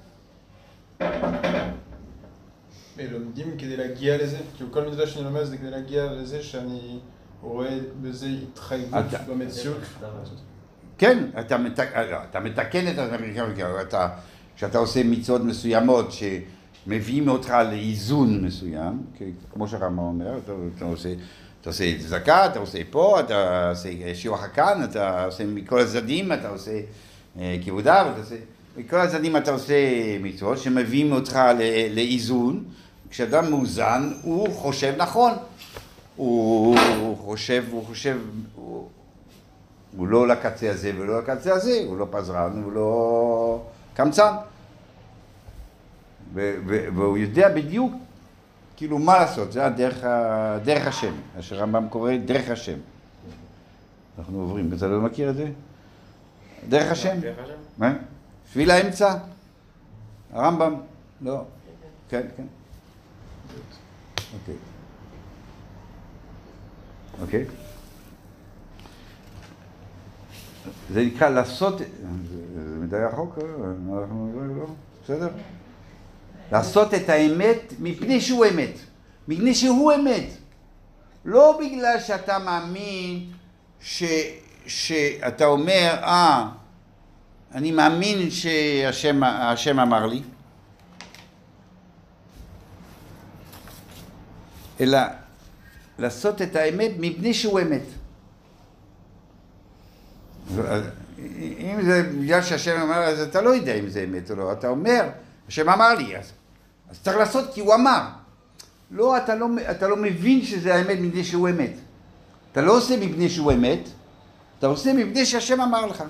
לומדים כדי להגיע לזה? כאילו כל מידע שאני לומד זה כדי להגיע לזה שאני רואה בזה התחייבות במציאות. כן, אתה, מתק... אתה מתקן את אתה, כשאתה עושה מצוות מסוימות שמביאים אותך לאיזון מסוים, כמו שהרמב"ם אומר, אתה, אתה עושה, אתה עושה צדקה, אתה עושה פה, אתה עושה שיעור חכן, אתה עושה מכל הצדדים, אתה עושה כיבודה, אתה עושה... מכל הצדדים אתה עושה מצוות שמביאים אותך לאיזון. כשאדם מאוזן, הוא חושב נכון. הוא, הוא חושב, הוא חושב, הוא, הוא לא לקצה הזה ולא לקצה הזה, הוא לא פזרן, הוא לא קמצן. ו, ו, והוא יודע בדיוק, כאילו מה לעשות, זה הדרך, ה- דרך השם, אשר רמב"ם קורא דרך השם. אנחנו עוברים, אתה לא מכיר את זה? דרך השם? דרך השם? מה? שביל האמצע? הרמב"ם? לא. כן, כן. אוקיי. אוקיי. זה נקרא לעשות, זה זה מדי רחוק, אה? אנחנו לא, לא, בסדר? לעשות את האמת מפני שהוא אמת. מפני שהוא אמת. לא בגלל שאתה מאמין ש, שאתה אומר, אה, אני מאמין שהשם השם אמר לי, אלא לעשות את האמת מפני שהוא אמת. אם זה בגלל שהשם אמר, אז אתה לא יודע אם זה אמת או לא. אתה אומר, השם אמר לי, אז, אז צריך לעשות כי הוא אמר. לא, אתה לא, אתה לא מבין שזה האמת מפני שהוא אמת. אתה לא עושה מפני שהוא אמת, אתה עושה מפני שהשם אמר לך.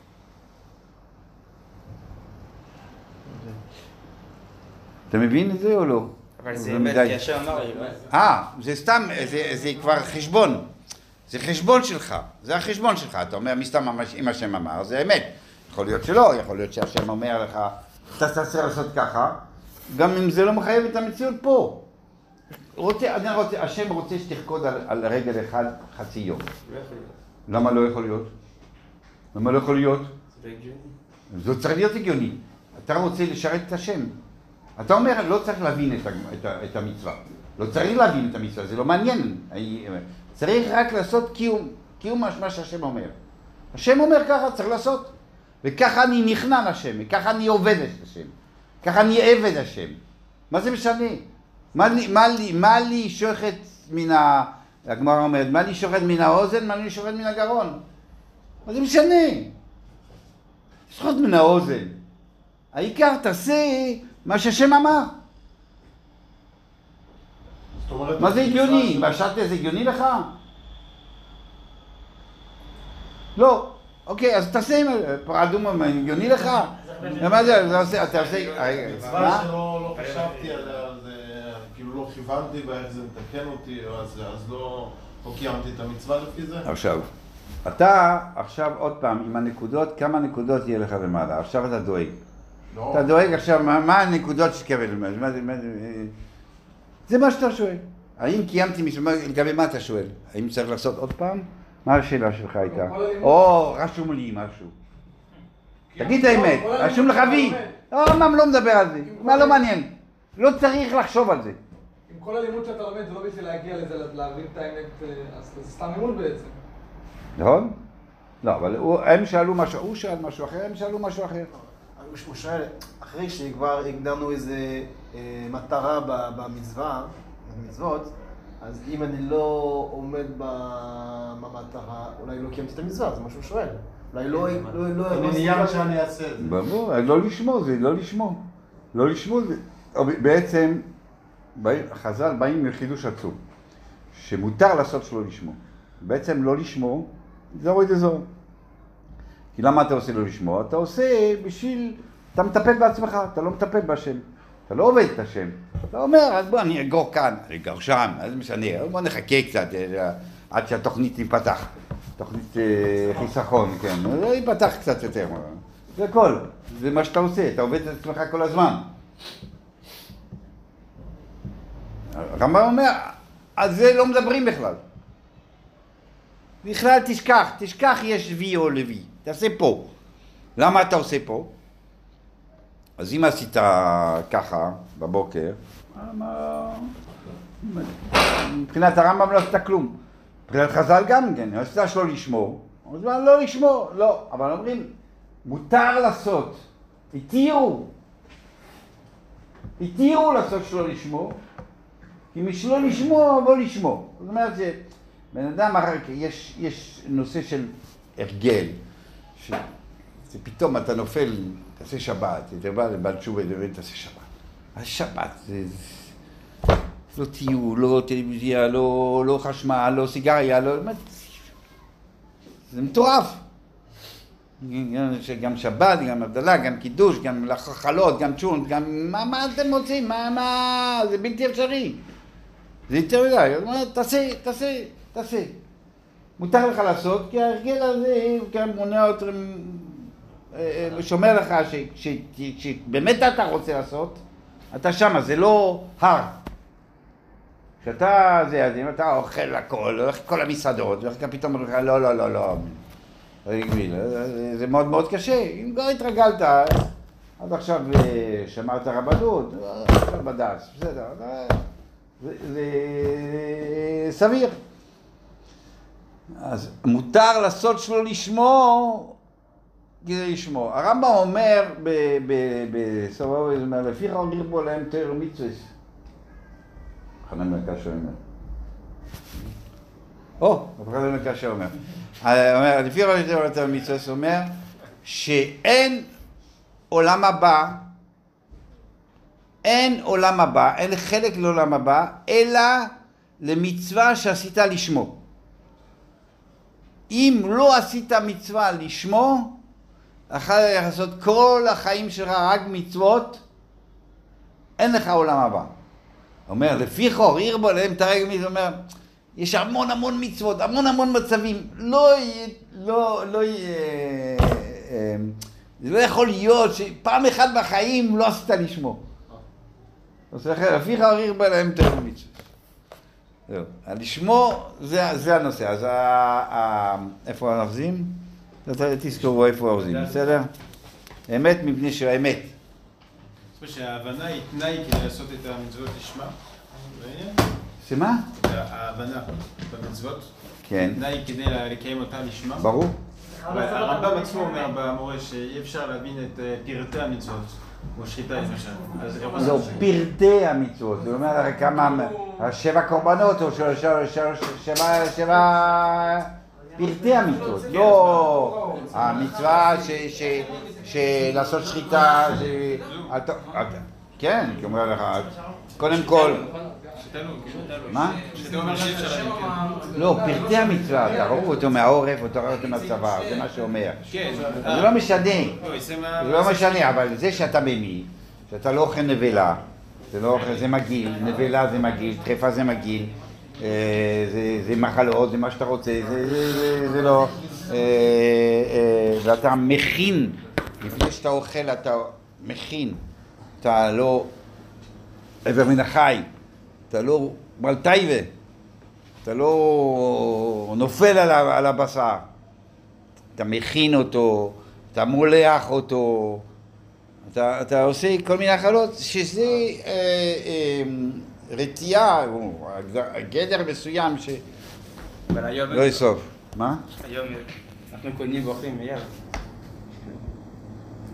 אתה מבין את זה או לא? אבל זה לא אמת, מדי. כי השם אמר לי, לא? אה, זה סתם, זה, זה כבר חשבון. זה חשבון שלך, זה החשבון שלך. אתה אומר, מסתם אם השם אמר, זה אמת. יכול להיות שלא, יכול להיות שהשם אומר לך, אתה צריך לעשות ככה, גם אם זה לא מחייב את המציאות פה. רוצה, אני רוצה, השם רוצה שתחקוד על, על רגל אחד חצי יום. לא יכול להיות. למה לא יכול להיות? למה לא יכול להיות? זה לא הגיוני. זה צריך להיות הגיוני. אתה רוצה לשרת את השם. אתה אומר, לא צריך להבין את, ה, את, ה, את המצווה. לא צריך להבין את המצווה, זה לא מעניין. צריך רק לעשות קיום, קיום מה שהשם אומר. השם אומר ככה, צריך לעשות. וככה אני נכנע לשם, וככה אני עובד את השם. ככה אני עבד השם. מה זה משנה? מה לי, מה לי, מה לי שוחט מן ה... הגמרא אומרת, מה לי שוחט מן האוזן, מה לי שוחט מן הגרון? מה זה משנה? שוחט מן האוזן. העיקר תעשה מה שהשם אמר. מה זה הגיוני? מה שאלתי, זה הגיוני לך? לא. אוקיי, אז תעשה פרדום, הגיוני לך? מה זה, אתה עושה... מצווה שלא חשבתי עליה, כאילו לא כיוונתי בה, איך זה מתקן אותי, אז לא קיימתי את המצווה לפי זה. עכשיו, אתה עכשיו עוד פעם עם הנקודות, כמה נקודות יהיה לך למעלה? עכשיו אתה דואג. אתה דואג עכשיו, מה הנקודות שתקבל? זה מה שאתה שואל. האם קיימתי מצווה, לגבי מה אתה שואל? האם צריך לעשות עוד פעם? מה השאלה שלך הייתה? או, רשום לי משהו. תגיד את האמת, רשום לך וי. לא, מה לא מדבר על זה? מה לא מעניין? לא צריך לחשוב על זה. עם כל הלימוד שאתה לומד, זה לא בשביל להגיע לזה, להבין את האמת, אז זה סתם לימוד בעצם. נכון? לא, אבל הם שאלו משהו, הוא שאל משהו אחר, הם שאלו משהו אחר. הוא שואל, אחרי שכבר הגדרנו איזה אה, מטרה ב- במצווה, במצוות, אז אם אני לא עומד ב- במטרה, אולי לא קיימתי את המצווה, זה מה שהוא שואל. אולי לא... לא, לא, אני נהיה שאני אעשה את זה. ברור, לא לשמור, זה לא לשמור. לא לשמור זה... בעצם, חז"ל באים מחידוש עצום, שמותר לעשות שלא לשמור. בעצם לא לשמור, זה הוריד אזור. כי למה אתה עושה לא לשמור? אתה עושה בשביל... אתה מטפל בעצמך, אתה לא מטפל בהשם. אתה לא עובד את השם. אתה אומר, אז בוא אני אגור כאן, אני אגור שם, אז משנה, בוא נחכה קצת עד שהתוכנית תיפתח. תוכנית חיסכון, כן. זה ייפתח קצת יותר. זה הכל. זה מה שאתה עושה, אתה עובד את עצמך כל הזמן. הרמב"ם אומר, על זה לא מדברים בכלל. בכלל תשכח, תשכח יש וי או לוי. תעשה פה. למה אתה עושה פה? אז אם עשית ככה בבוקר, מבחינת הרמב"ם לא עשית כלום. מבחינת חז"ל גם כן, עשית שלא לשמור. אז מה לא לשמור? לא. אבל אומרים, מותר לעשות. התירו. התירו לעשות שלא לשמור. כי משלא לשמור, בוא לשמור. זאת אומרת שבן אדם, יש, יש נושא של הרגל. ש... זה פתאום אתה נופל, תעשה שבת, אתה בא לבעל תשובה, תעשה שבת. אז שבת זה... לא טיול, לא טלוויזיה, לא, לא חשמל, לא סיגריה, לא... זה מטורף. גם שבת, גם הבדלה, גם קידוש, גם חלות, גם צ'ון, גם... מה, מה אתם מוצאים? מה, מה... זה בלתי אפשרי. זה יותר מדי, הוא אומר, תעשה, תעשה, תעשה. מותר לך לעשות, כי ההרגל הזה גם מונע יותר, שומר לך שבאמת אתה רוצה לעשות, אתה שמה, זה לא הר. כשאתה, זה, אז אם אתה אוכל הכל, הולך כל המסעדות, ואחר כך פתאום אומר לך, לא, לא, לא, לא, זה מאוד מאוד קשה. אם כבר התרגלת, עד עכשיו שמרת רבנות, עכשיו בד"ץ, בסדר, זה סביר. אז מותר לעשות שלא לשמור, כדי לשמור. הרמב"ם אומר בסבבה, הוא אומר, לפיכך ירבו להם תורה ומצוות. חנן מלכה שאומר. או, חנן מלכה שאומר. הוא אומר, לפיכך ירבו להם תורה ומצוות, הוא אומר שאין עולם הבא, אין עולם הבא, אין חלק לעולם הבא, אלא למצווה שעשית לשמו. אם לא עשית מצווה לשמו, אחר כך לעשות כל החיים שלך רק מצוות, אין לך עולם הבא. אומר, לפי חור, ירבו להם תרג מצוות, אומר, יש המון המון מצוות, המון המון מצבים, לא יהיה, לא, לא יהיה, זה לא יכול להיות שפעם אחת בחיים לא עשית לשמו. אז לפי חור, ירבו להם תרג מצוות. זהו, לשמו זה הנושא, אז איפה האוחזים? תזכרו איפה האוחזים, בסדר? אמת מפני שהאמת. זאת אומרת שההבנה היא תנאי כדי לעשות את המצוות לשמה? שמה? ההבנה במצוות, כן. תנאי כדי לקיים אותה לשמה? ברור. הרמב"ם עצמו אומר במורה שאי אפשר להבין את פרטי המצוות. כמו שחיטה למשל. זהו, פרטי המצוות, זאת אומרת כמה, שבע קורבנות או שבע פרטי המצוות, לא המצווה של לעשות שחיטה, כן, כי אומר לך, קודם כל, מה? לא, פרטי המצווה, אתה רואה אותו מהעורף, אתה רואה אותו מהצבא, זה מה שאומר. זה לא משנה, זה לא משנה, אבל זה שאתה ממי, שאתה לא אוכל נבלה, זה לא אוכל, זה מגעיל, נבלה זה מגעיל, טרפה זה מגעיל, זה מחלות, זה מה שאתה רוצה, זה לא, ואתה מכין, לפני שאתה אוכל אתה מכין, אתה לא עבר מן החי, אתה לא מלטייבה, אתה לא נופל על הבשר, אתה מכין אותו, אתה מולח אותו, אתה, אתה עושה כל מיני אכלות שזה אה, אה, רתיעה, או גדר מסוים שלא יסוף. מה? היום אנחנו קונים ואוכלים מיד.